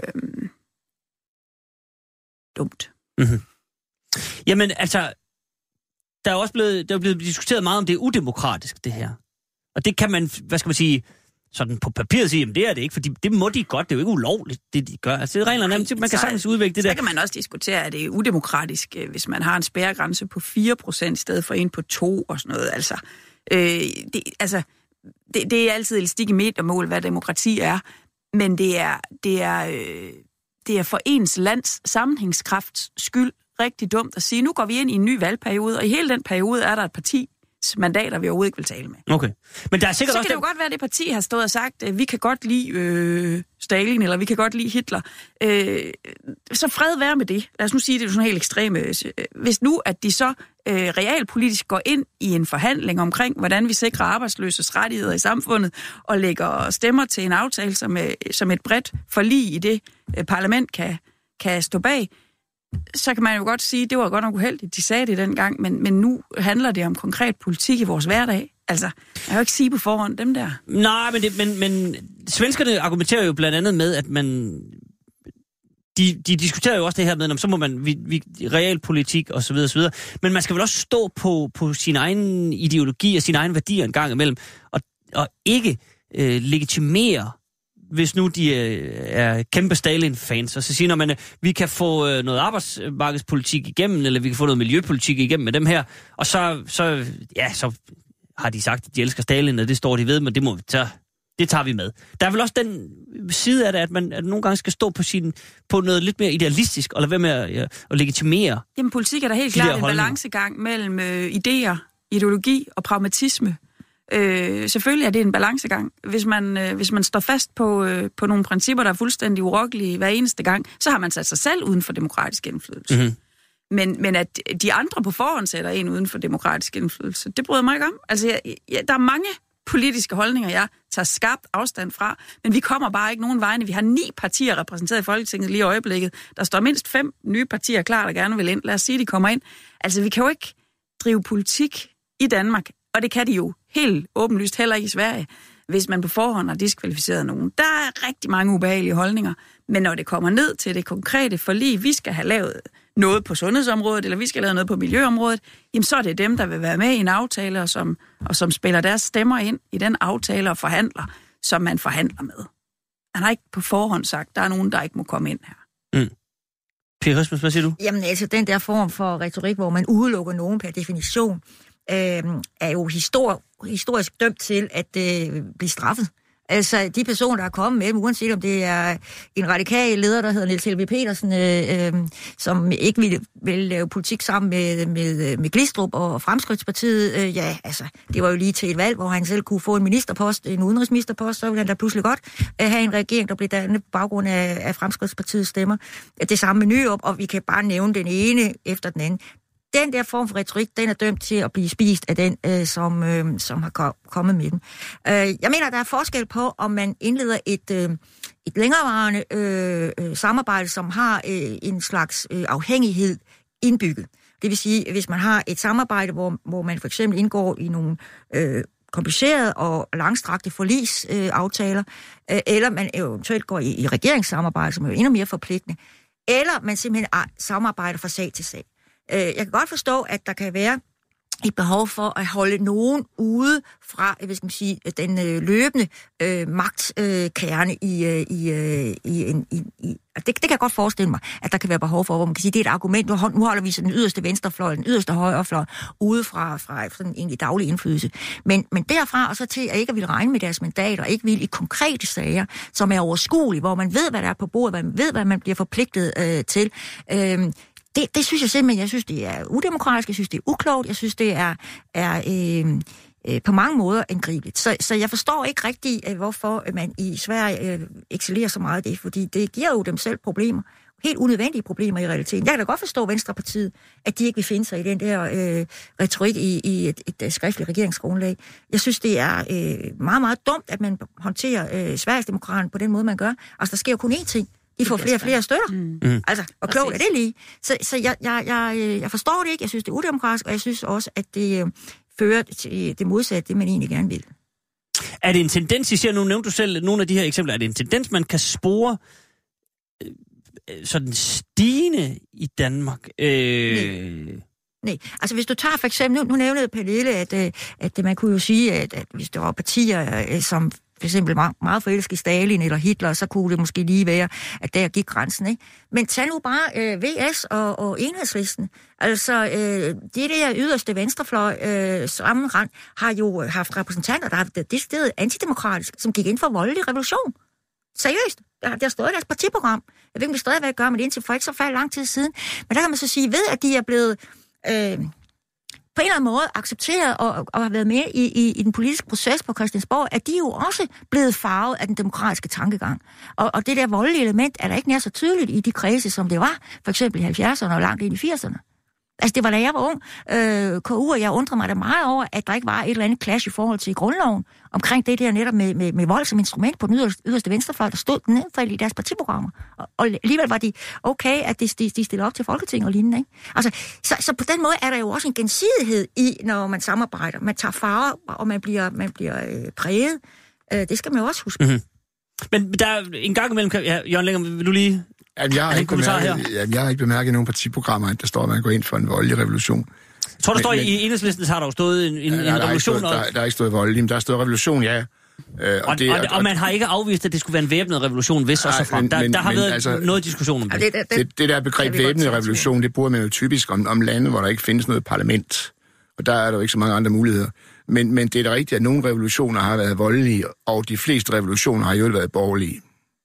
Speaker 5: dumt.
Speaker 3: Mm-hmm. Jamen, altså, der er blevet diskuteret meget om det er udemokratisk, det her. Og det kan man, hvad skal man sige, sådan på papiret sige, jamen det er det ikke, fordi det må de godt, det er jo ikke ulovligt, det de gør. Altså det er reglerne, man kan sagtens udvikle det der.
Speaker 5: Så kan man også diskutere, at det er udemokratisk, hvis man har en spærregrænse på 4% i stedet for en på 2 og sådan noget. Det er altid elastik i metermål, hvad demokrati er, men det er for ens lands sammenhængskrafts skyld rigtig dumt at sige, nu går vi ind i en ny valgperiode, og i hele den periode er der et parti, mandater, vi overhovedet ikke vil tale med.
Speaker 3: Okay. Men der er sikkert
Speaker 5: så
Speaker 3: også
Speaker 5: kan det jo godt være, at det parti har stået og sagt, at vi kan godt lide Stalin, eller vi kan godt lide Hitler. Så fred være med det. Lad os nu sige, det er sådan helt ekstreme. Hvis nu, at de så realpolitisk går ind i en forhandling omkring, hvordan vi sikrer arbejdsløses rettigheder i samfundet, og lægger stemmer til en aftale, som et bredt forlig i det parlament kan stå bag, så kan man jo godt sige, at det var godt nok uheldigt, de sagde det dengang, men nu handler det om konkret politik i vores hverdag. Altså, jeg kan jo ikke sige på forhånd dem der.
Speaker 3: Nej, men svenskerne argumenterer jo blandt andet med, at de diskuterer jo også det her med, så må man realpolitik og så videre, men man skal vel også stå på sin egen ideologi og sine egne værdier en gang imellem, og ikke legitimere, hvis nu de er kæmpe Stalin-fans, og så siger man, vi kan få noget arbejdsmarkedspolitik igennem, eller vi kan få noget miljøpolitik igennem med dem her, og så har de sagt, at de elsker Stalin, og det står de ved, men det tager vi med. Der er vel også den side af det, at man nogle gange skal stå på noget lidt mere idealistisk, og lade være med at legitimere.
Speaker 5: Jamen, politik er da helt klart en balancegang mellem idéer, ideologi og pragmatisme. Selvfølgelig er det en balancegang. Hvis man står fast på nogle principper, der er fuldstændig urokkelige hver eneste gang, så har man sat sig selv uden for demokratisk indflydelse. Mm-hmm. Men at de andre på forhånd sætter en uden for demokratisk indflydelse, det bryder mig ikke om. Altså, der er mange politiske holdninger, jeg tager skarpt afstand fra, men vi kommer bare ikke nogen vegne. Vi har 9 partier repræsenteret i Folketinget lige i øjeblikket. Der står mindst 5 nye partier klar, der gerne vil ind. Lad os sige, de kommer ind. Altså, vi kan jo ikke drive politik i Danmark, og det kan de jo helt åbenlyst heller ikke i Sverige, hvis man på forhånd har diskvalificeret nogen. Der er rigtig mange ubehagelige holdninger, men når det kommer ned til det konkrete forlig, vi skal have lavet noget på sundhedsområdet, eller vi skal have lavet noget på miljøområdet, jamen så er det dem, der vil være med i en aftale, og som spiller deres stemmer ind i den aftale og forhandler, som man forhandler med. Han har ikke på forhånd sagt, der er nogen, der ikke må komme ind her.
Speaker 3: Mm. Pia Christmas, hvad siger du?
Speaker 6: Jamen altså, den der form for retorik, hvor man udelukker nogen per definition, er jo historisk dømt til at blive straffet. Altså, de personer, der er kommet med dem, uanset om det er en radikal leder, der hedder Niels Helveg Petersen, som ikke ville lave politik sammen med Glistrup og Fremskridtspartiet, det var jo lige til et valg, hvor han selv kunne få en ministerpost, en udenrigsministerpost, så ville han da pludselig godt have en regering, der blev dannet på baggrund af Fremskridtspartiets stemmer. Det samme med Nyrup, og vi kan bare nævne den ene efter den anden. Den der form for retorik, den er dømt til at blive spist af den, som har kommet med den. Jeg mener, der er forskel på, om man indleder et længerevarende samarbejde, som har en slags afhængighed indbygget. Det vil sige, hvis man har et samarbejde, hvor man for eksempel indgår i nogle komplicerede og langstrakte forligsaftaler, eller man eventuelt går i regeringssamarbejde, som er jo endnu mere forpligtende, eller man simpelthen samarbejder fra sag til sag. Jeg kan godt forstå, at der kan være et behov for at holde nogen ude fra, den løbende magtkerne det kan jeg godt forestille mig, at der kan være behov for, hvor man kan sige, det er et argument, nu holder vi så den yderste venstrefløj, den yderste højrefløj, ude fra sådan en daglig indflydelse. Men derfra og så til at ikke vil regne med deres mandater, ikke vil i konkrete sager, som er overskuelige, hvor man ved, hvad der er på bordet, man ved, hvad man bliver forpligtet til. Det synes jeg simpelthen, jeg synes, det er udemokratisk, jeg synes, det er uklogt, jeg synes, det er på mange måder angribeligt. Så jeg forstår ikke rigtig, hvorfor man i Sverige excellerer så meget af det, fordi det giver jo dem selv problemer. Helt unødvendige problemer i realiteten. Jeg kan da godt forstå Venstrepartiet, at de ikke vil finde sig i den der retorik i et skriftligt regeringsgrundlag. Jeg synes, det er meget, meget dumt, at man håndterer Sverigesdemokraterne på den måde, man gør. Altså, der sker jo kun én ting. De får flere og flere støtter. Altså, og klogt er det lige. Så jeg forstår det ikke. Jeg synes, det er udemokratisk, og jeg synes også, at det fører til det modsatte, det man egentlig gerne vil.
Speaker 3: Er det en tendens, I siger, nu nævnte du selv nogle af de her eksempler, er det en tendens, man kan spore sådan stigende i Danmark?
Speaker 6: Nej, altså hvis du tager for eksempel, nu nævnede Pernille, at man kunne jo sige, at hvis der var partier, som for eksempel meget forelsket Stalin eller Hitler, så kunne det måske lige være, at der gik grænsen, ikke? Men tag nu bare VS og Enhedslisten. Altså, det der yderste venstrefløj sammenrend har jo haft repræsentanter, der har det stedet antidemokratisk, som gik ind for voldelig revolution. Seriøst. Der stod i deres partiprogram. Jeg ved ikke, om vi stadigvæk gør med det indtil for ikke så fald lang tid siden. Men der kan man så sige, ved at de er blevet på en eller anden måde accepteret og har været med i den politiske proces på Christiansborg, at de jo også blevet farvet af den demokratiske tankegang. Og det der voldelige element er der ikke nær så tydeligt i de kredse, som det var, for eksempel i 70'erne og langt ind i 80'erne. Altså, det var da jeg var ung, KU, og jeg undrede mig da meget over, at der ikke var et eller andet clash i forhold til grundloven, omkring det der netop med vold som instrument på den yderste venstrefløj, der stod nedfældt i deres partiprogrammer. Og alligevel var de okay, at de stiller op til Folketinget og lignende, ikke? Altså, så på den måde er der jo også en gensidighed i, når man samarbejder. Man tager farver, og man bliver præget. Det skal man jo også huske. Mm-hmm.
Speaker 3: Men der er en gang imellem... Ja, Jørgen Længer, vil du lige...
Speaker 4: Jeg har ikke bemærket i nogle partiprogrammer, at der står, at man går ind for en voldelig revolution.
Speaker 3: Jeg tror, der står i Enhedslisten, så har der jo stået en revolution.
Speaker 4: Der er ikke stået voldelig, men der er stået revolution, ja.
Speaker 3: Og man har ikke afvist, at det skulle være en væbnet revolution, hvis og så frem. Der har været altså, noget diskussion om det.
Speaker 4: Det der begreb væbnet revolution, det bruger man jo typisk om lande, hvor der ikke findes noget parlament. Og der er der jo ikke så mange andre muligheder. Men det er da rigtigt, at nogle revolutioner har været voldelige, og de fleste revolutioner har jo været borgerlige.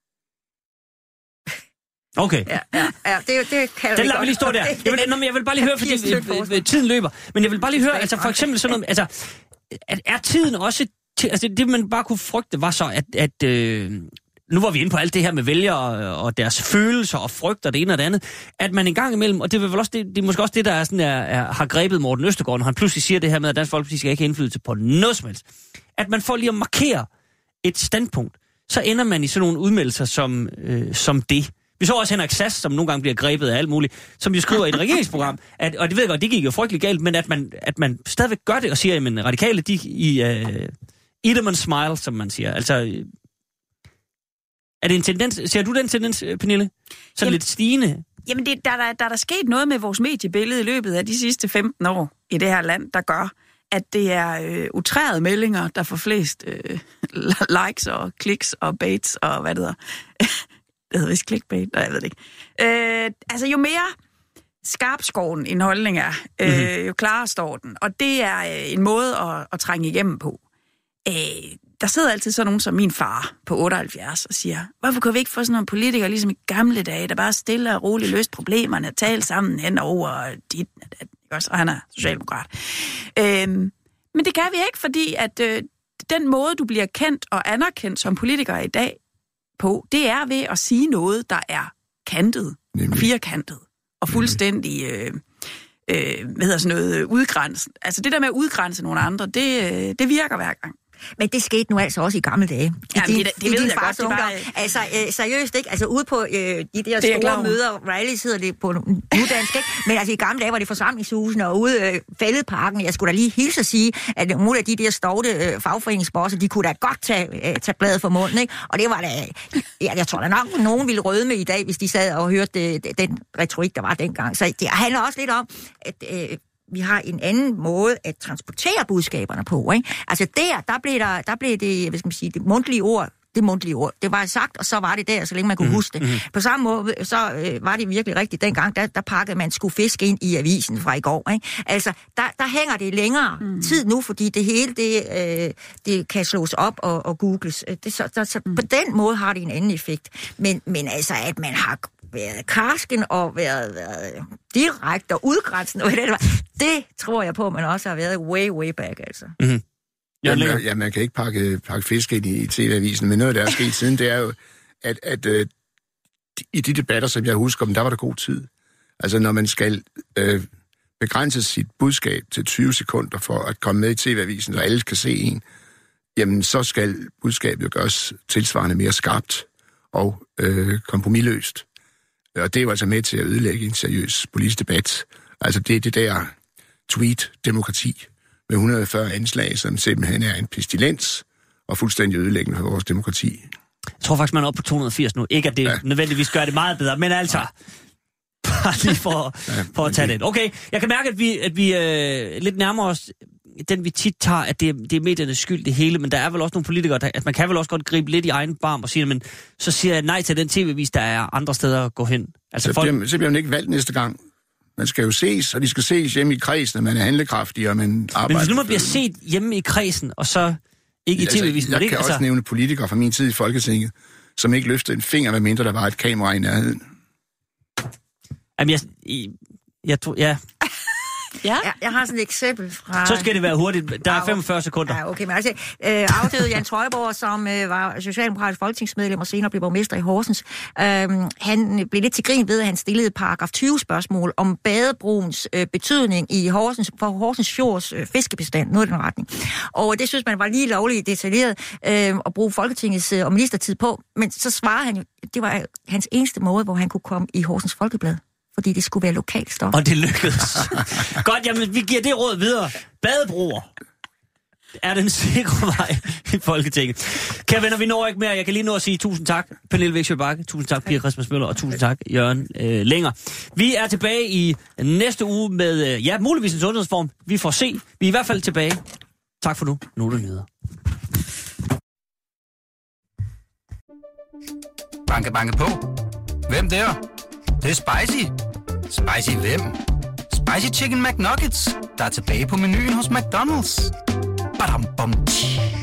Speaker 3: Okay.
Speaker 6: Ja, det kan
Speaker 3: den lader vi lige stå der. Jeg vil bare lige høre, fordi tiden løber. Men jeg vil bare lige høre, altså for eksempel sådan noget, altså er tiden også, altså det man bare kunne frygte var så, at nu var vi inde på alt det her med vælgere og deres følelser og frygt og det ene og det andet, at man en gang imellem, og det er vel også det er måske også det, der er sådan, har grebet Morten Østergaard, når han pludselig siger det her med, at Dansk Folkeparti skal ikke have indflydelse på noget som helst. At man får lige at markere et standpunkt, så ender man i sådan nogle udmeldelser som det. Vi så også Henrik Sass, som nogle gange bliver grebet af alt muligt, som jo skriver i et regeringsprogram, og det ved jeg godt, det gik jo frygtelig galt, men at man stadigvæk gør det og siger, at radikale, de eat them and smile, som man siger. Altså, er det en tendens? Ser du den tendens, Pernille? Så lidt stigende?
Speaker 5: Jamen, der er sket noget med vores mediebillede i løbet af de sidste 15 år i det her land, der gør, at det er utrærede meldinger, der får flest likes og kliks og baits og hvad det hedder. Det hedder vist clickbait, jeg ved det ikke. Altså, jo mere skarpskåren en holdning er, jo klarere står den. Og det er en måde at trænge igennem på. Der sidder altid sådan nogen som min far på 78 og siger, hvorfor kan vi ikke få sådan nogle politikere, ligesom i gamle dage, der bare stille og roligt løst problemerne og tale sammen hen over dit, og han er socialdemokrat. Men det kan vi ikke, fordi at den måde, du bliver kendt og anerkendt som politiker i dag på, det er ved at sige noget, der er kantet, og firkantet, og fuldstændig, udgrænset. Altså det der med at udgrænse nogle andre, det virker hver gang.
Speaker 6: Men det skete nu altså også i gamle dage.
Speaker 5: Ja, det ved jeg godt. Det bare...
Speaker 6: Altså, seriøst, ikke? Altså, ude på de der store møder, rallies hedder det på nudansk, ikke? Men altså, i gamle dage var det forsamlingshusene og ude Fælledparken. Jeg skulle da lige hilse at sige, at nogle af de der stovte fagforeningsbosser, de kunne da godt tage bladet for munden, ikke? Og det var da... Jeg tror da nok, nogen ville rødme i dag, hvis de sad og hørte den retorik, der var dengang. Så det handler også lidt om, at... vi har en anden måde at transportere budskaberne på, ikke? Altså der blev det, hvad skal man sige, det mundtlige ord, det var sagt, og så var det der, så længe man kunne huske det. På samme måde, så var det virkelig rigtigt dengang, der pakkede man skulle fisk ind i avisen fra i går, ikke? Altså, der hænger det længere tid nu, fordi det hele, det kan slås op og googles. Så på den måde har det en anden effekt. Men altså, at man har været karsken og været direkte og udgrænsende, det tror jeg på, man også har været way back, altså. Mm-hmm.
Speaker 4: Ja, man kan ikke pakke fisk ind i TV-avisen, men noget, der er sket siden, det er jo, at i de debatter, som jeg husker dem, der var der god tid. Altså, når man skal begrænse sit budskab til 20 sekunder for at komme med i TV-avisen, så alle kan se en, jamen, så skal budskabet jo gøres tilsvarende mere skarpt og kompromisløst. Og det er jo altså med til at ødelægge en seriøs politisk debat. Altså, det er det der tweet-demokrati med 140 anslag, som simpelthen er en pestilens og fuldstændig ødelæggende for vores demokrati.
Speaker 3: Jeg tror faktisk, man er oppe på 280 nu. Ikke, at det nødvendigvis gør det meget bedre, men altså... Lige for at tage den. Okay, jeg kan mærke, at vi lidt nærmer os den, vi tit tager, at det er mediernes skyld det hele, men der er vel også nogle politikere, at man kan vel også godt gribe lidt i egen barm og sige, men så siger jeg nej til den tv-vis, der er andre steder at gå hen. Altså,
Speaker 4: så bliver man ikke valgt næste gang. Man skal jo ses, og de skal ses hjemme i kredsen, man er handlekraftig, og man arbejder.
Speaker 3: Men hvis nu man bliver set hjemme i kredsen, og så ikke i tv-visen...
Speaker 4: Jeg kan også nævne politikere fra min tid i Folketinget, som ikke løftede en finger, medmindre der var et kamera i nærheden.
Speaker 3: Jamen, jeg tror... Ja.
Speaker 6: Jeg har sådan et eksempel fra...
Speaker 3: Så skal det være hurtigt. Der er 45 sekunder.
Speaker 6: Ja, okay, men altså, afdøde Jan Trøjborg, som var socialdemokratisk folketingsmedlem og senere blev borgmester i Horsens, han blev lidt til grin ved, at han stillede paragraf 20-spørgsmål om badebroens betydning i Horsens, for Horsens Fjords fiskebestand, noget i den retning. Og det synes man var lige lovligt detaljeret at bruge Folketingets og ministertid på, men så svarede han jo, det var hans eneste måde, hvor han kunne komme i Horsens Folkeblad, fordi det skulle være lokalt stof.
Speaker 3: Og det lykkedes. Godt, jamen vi giver det råd videre. Badebroer er den sikre vej i Folketinget. Kære venner, vi når ikke mere. Jeg kan lige nå at sige tusind tak, Pernille Vigsø Bagge. Tusind tak, Pia Christmas Møller. Og tusind tak, Jørgen Længer. Vi er tilbage i næste uge med, muligvis en sundhedsform. Vi får se. Vi er i hvert fald tilbage. Tak for nu. Nu er det nyheder.
Speaker 1: Banke, banke på. Hvem der? Det er spicy. Spicy hvem? Spicy Chicken McNuggets, der er tilbage på menuen hos McDonald's. Badum, bom, tji.